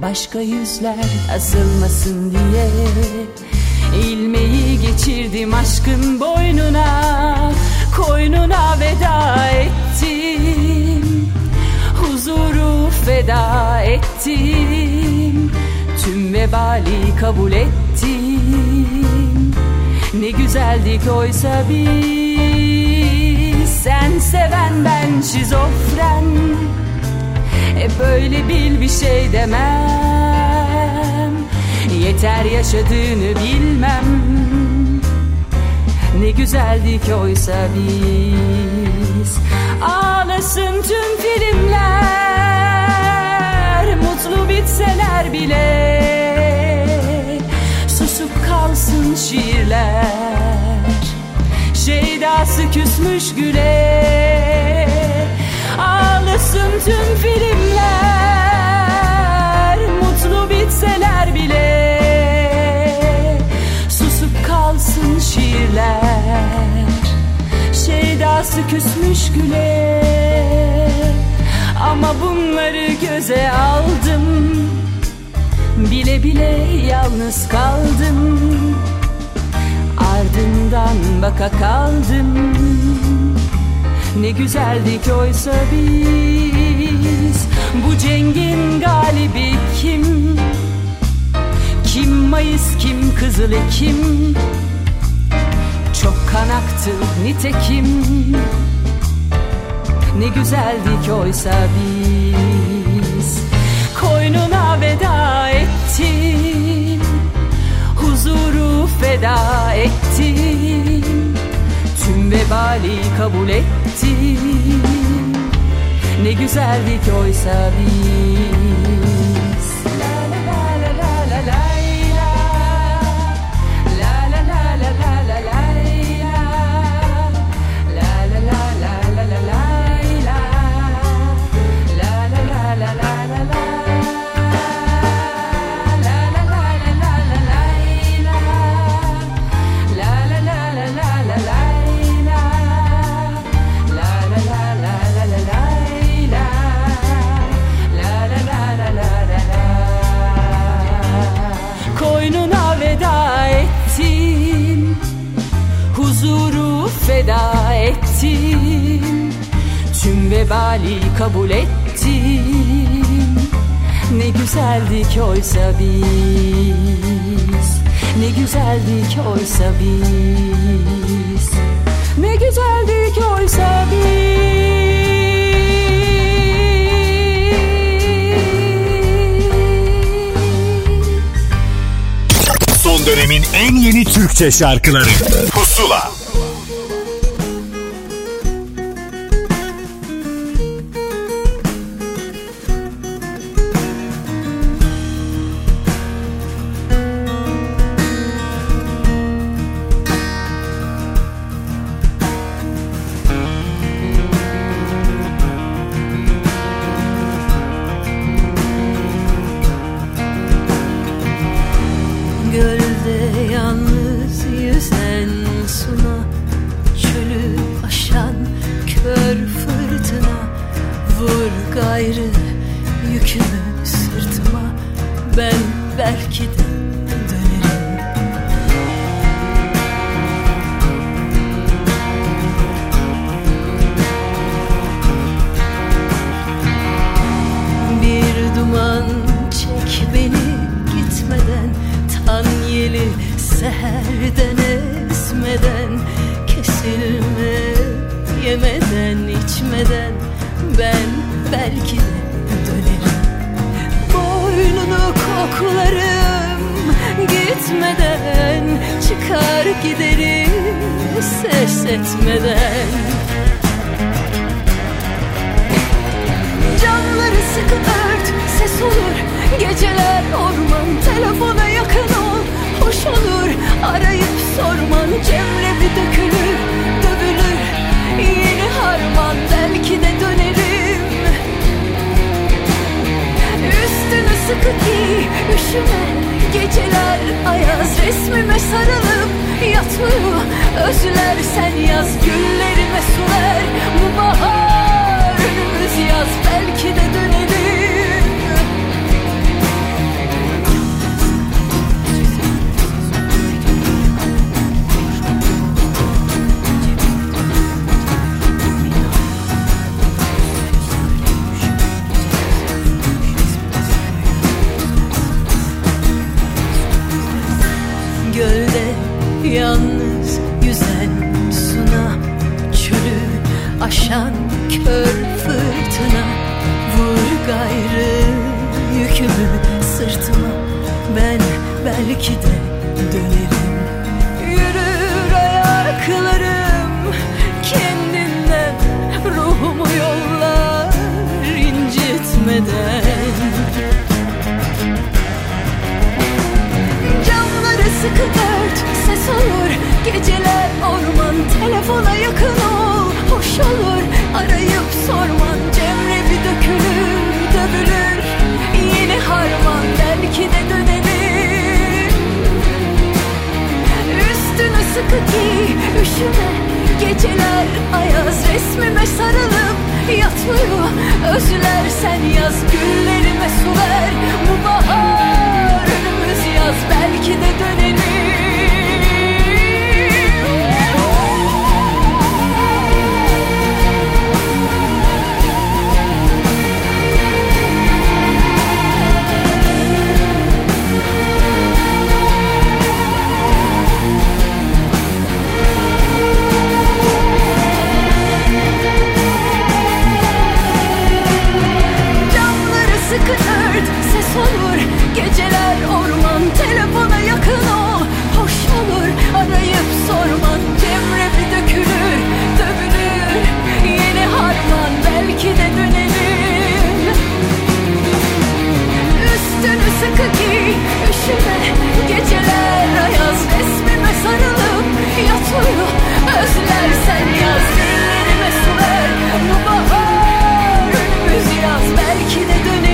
başka yüzler asılmasın diye. İlmeği geçirdim aşkın boynuna, koynuna veda ettim, huzuru feda ettim, tüm vebali kabul ettim. Ne güzeldik oysa biz, sen seven ben şizofren. E böyle bil bir şey demem, yeter yaşadığını bilmem. Ne güzeldik oysa biz. Ağlasın tüm filmler, mutlu bitseler bile, susup kalsın şiirler, şeydası küsmüş güle. Ağlasın tüm filmler, mutlu bitseler bile, susup kalsın şiirler, şeydası küsmüş güle. Ama bunları göze aldım, bile bile yalnız kaldım, ardından baka kaldım. Ne güzeldik oysa biz. Bu cengin galibi kim? Kim Mayıs, kim Kızıl Ekim? Çok kan aktı nitekim. Ne güzeldik oysa biz. Koynuna veda ettim, huzuru feda ettim, tüm vebali kabul ettim. Ne güzeldik oysa biz. La la la la la la la la la la la la la la feda ettim, tüm vebali kabul ettim. Ne güzeldik oysa biz, ne güzeldik oysa biz, ne güzeldik oysa biz. Son dönemin en yeni Türkçe şarkıları Pusula. belki de dönerim. Yürür ayaklarım kendinden, ruhumu yollar incitmeden. Camları sıkı ört, ses olur geceler orman, telefona yakın ol, hoş olur arayıp sorman. Cemrevi dökülür, dövülür yeni harman, belki de dönerim. Üstünü sıkı giy, üşüme geceler ayaz, resmime sarılıp yatmıyor özlersen yaz. Güllerime su ver bu bahar, önümüz yaz, belki de dönerim. Sıkı ört, ses olur geceler orman, telefona yakın ol, hoş olur arayıp sorman. Cemrevi dökülür, dövülür yeni harman, belki de dönerim. Üstünü sıkı giy, üşüme geceler ayaz, resmime sarılıp yatmıyor özlersen yaz. Güllerime su ver bu bahar, önümüz yaz, belki de dönerim.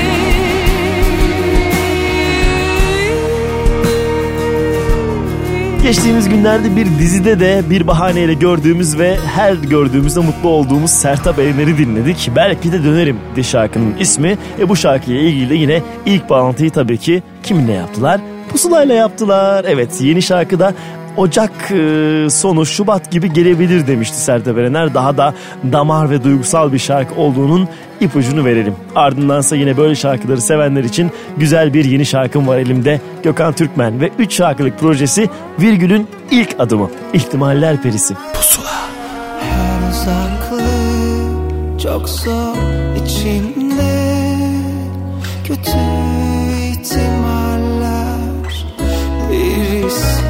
Geçtiğimiz günlerde bir dizide de bir bahaneyle gördüğümüz ve her gördüğümüzde mutlu olduğumuz Sertab Erener'i dinledik. Belki de dönerim de şarkının ismi. E bu şarkıyla ilgili de yine ilk bağlantıyı tabii ki kiminle yaptılar? Pusulayla yaptılar. Evet, yeni şarkıda Ocak sonu Şubat gibi gelebilir demişti Sertab Erener. Daha da damar ve duygusal bir şarkı olduğunun ipucunu verelim. Ardındansa yine böyle şarkıları sevenler için güzel bir yeni şarkım var elimde. Gökhan Türkmen ve üç şarkılık projesi Virgül'ün ilk adımı. İhtimaller Perisi. Pusula. Her uzaklık çok zor içimde, kötü ihtimaller birisi.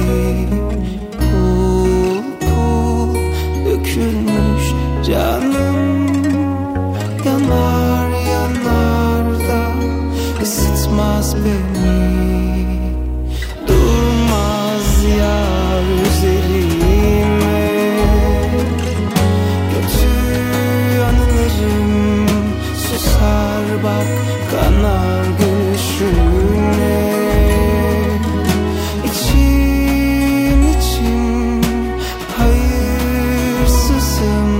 Pul pul dökülmüş canım, yanar yanar da ısıtmaz beni. Durmaz yar üzerime, kötü anılarım susar bak kanar gülüşüne. İçim içim hayırsızım,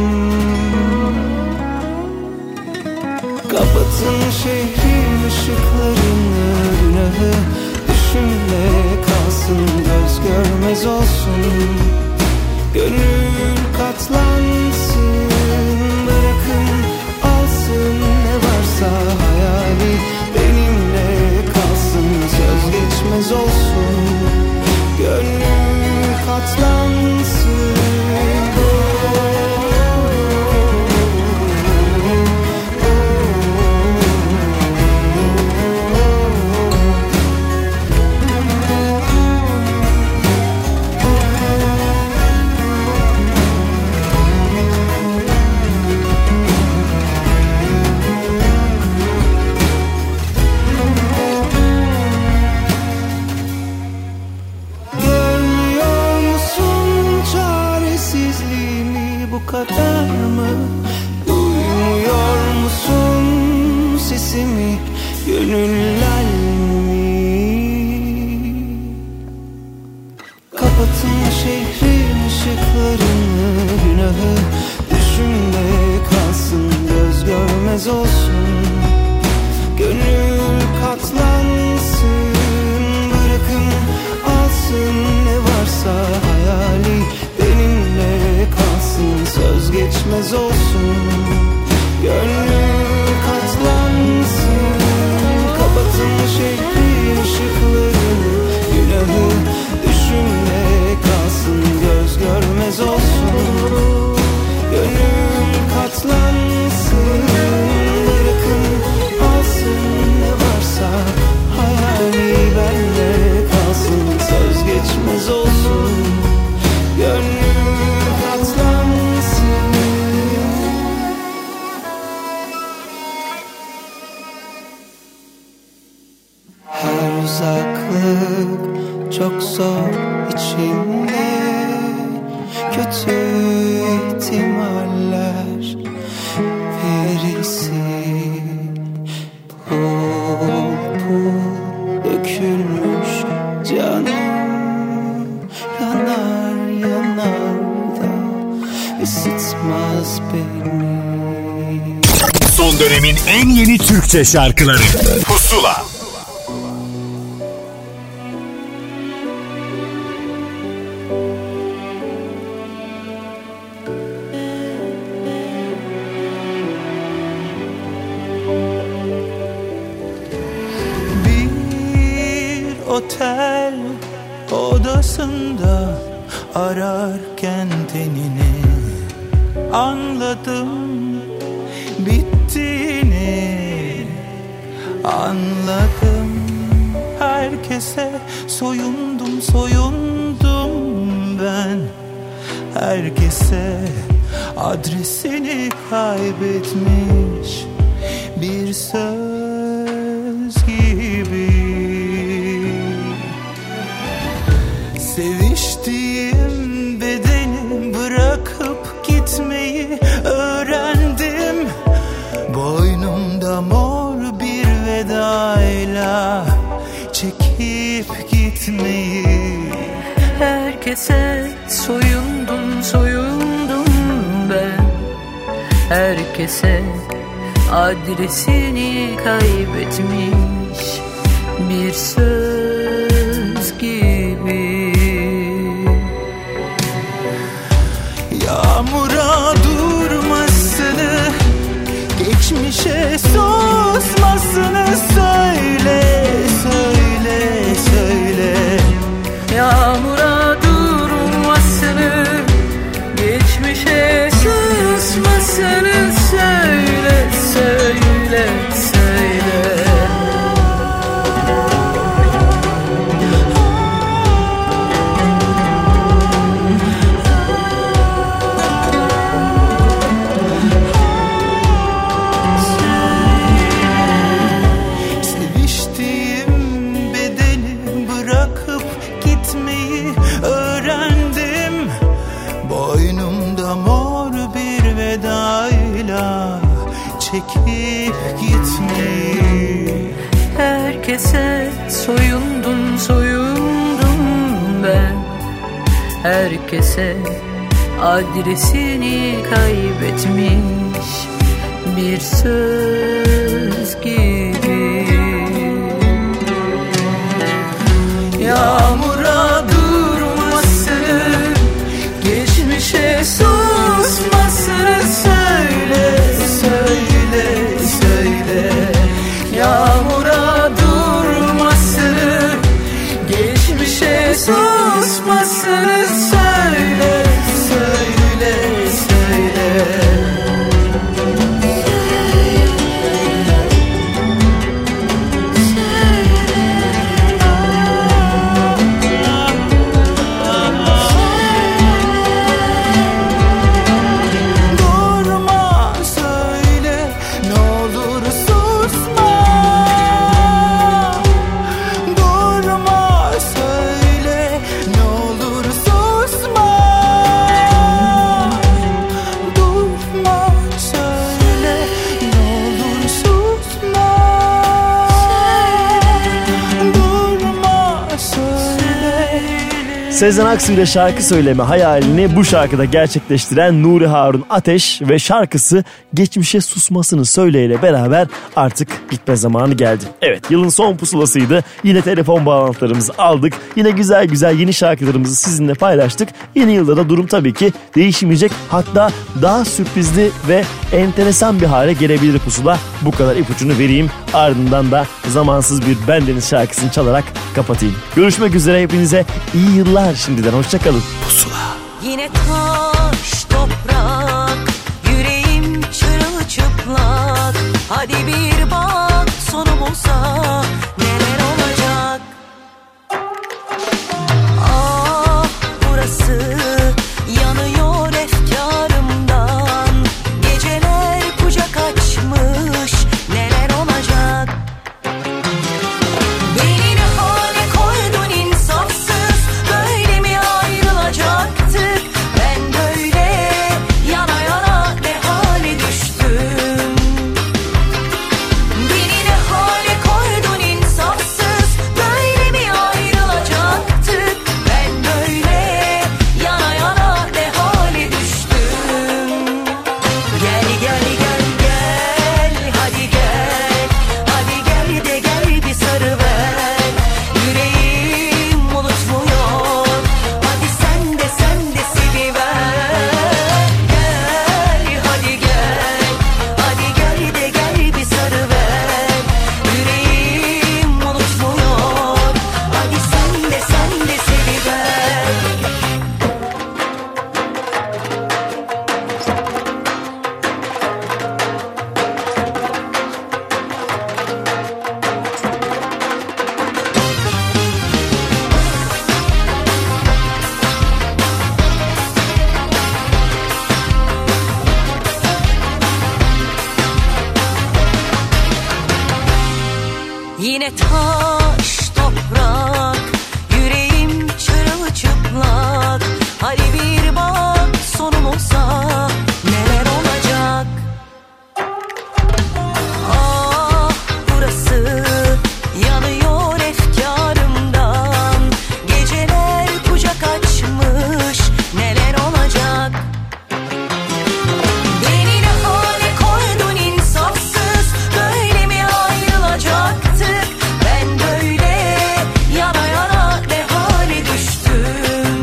kapatın şehrin ışıklarını, günahı düşümle kalsın, göz görmez olsun. Gönül katlansın, bırakın alsın ne varsa hayali, benimle kalsın, söz geçmez olsun. Gönül katlansın. Kadar mı? Duymuyor musun sesimi, gönüller mi? Kapatın şehrin ışıklarını, günahı düşümde kalsın, göz görmez olsun. Gönül katlansın, bırakın alsın ne varsa hayali, benimle kalsın, söz geçmez olsun. Gönül katlansın, kapatın şehrin ışıklarını, günahı düşümle kalsın, göz görmez olsun. Gönül katlansın, bırakın alsın ne varsa hayali, benle uzaklık çok zor içinde, kötü ihtimaller verisi pul pul dökülmüş canım, yanar yanar da ısıtmaz beni. Son dönemin en yeni Türkçe şarkıları Pusula. Bir otel odasında ararken tenini anladım, bittiğini anladım. Herkese soyundum soyundum ben, herkese adresini kaybetmiş bir söz gibi. Seviştiğim bedeni bırakıp gitmeyi öğrendim. Boynumda mor bir vedayla çekip gitmeyi. Herkese soyundum soyundum ben, herkese adresini kaybetmiş bir söz gibi. Yağmura durmasını, geçmişe susmasını söyle, söyle, söyle. Yağmura durmasını, geçmişe susmasını söyle, söyle, söyle. Çekip gitmeyi. Herkese soyundum soyundum ben, herkese adresini kaybetmiş bir söz gibi. Yağmura durmasını, geçmişe susmasını söyle, söyle, söyle. Yağmura durmasını, geçmişe susmasını söyle, söyle, söyle. Sezen Aksu ile şarkı söyleme hayalini bu şarkıda gerçekleştiren Nuri Harun Ateş ve şarkısı Geçmişe Susmasını Söyle ile beraber artık gitme zamanı geldi. Evet, yılın son pusulasıydı. Yine telefon bağlantılarımızı aldık. Yine güzel güzel yeni şarkılarımızı sizinle paylaştık. Yeni yılda da durum tabii ki değişmeyecek. Hatta daha sürprizli ve enteresan bir hale gelebilir pusula. Bu kadar ipucunu vereyim. Ardından da zamansız bir Bendeniz şarkısını çalarak kapatayım. Görüşmek üzere, hepinize iyi yıllar şimdiden. Hoşçakalın. Pusula. Yine taş toprak, yüreğim çırılçıplak. Hadi bir bak sonumuza neler olacak. Ah burası yanıyor efkarımdan. Geceler kucak açmış neler olacak. Beni ne Yine taş toprak, yüreğim çırılçıplak. Hadi bir bak sonum olsa neler olacak. Ah burası yanıyor efkarımdan. Geceler kucak açmış neler olacak. Beni ne hale koydun insafsız, böyle mi ayrılacaktık? Ben böyle yana yana ne hale düştüm.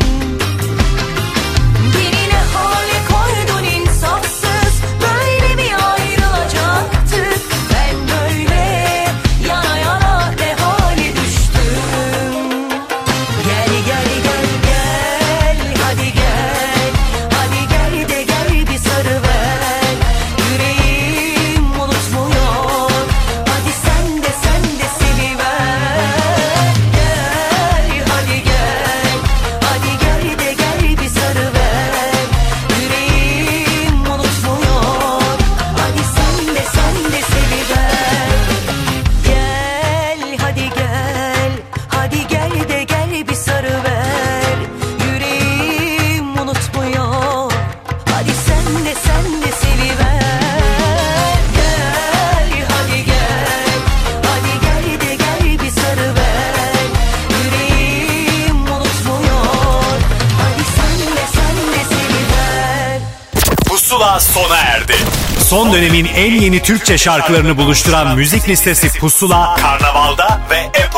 Beni ne hale koydun insafsız, böyle mi ayrılacaktık? Ben böyle yana yana ne hale düştüm. Gel gel gel gel, hadi gel, hadi gel de gel bir sarıver. Yüreğim unutmuyor, hadi sen de sen de seviver. Gel hadi gel, hadi gel de gel bir sarıver. Yüreğim unutmuyor, hadi sen de sen de seviver. Gel hadi gel, hadi gel de gel bir sarıver. Yüreğim unutmuyor, hadi sen de sen de seviver. Gel hadi gel, hadi gel de gel bir sarıver. Yüreğim unutmuyor, hadi sen de sen de seviver. Pusula sona erdi. Son dönemin en yeni Türkçe şarkılarını buluşturan müzik listesi Pusula, Karnaval'da ve Apple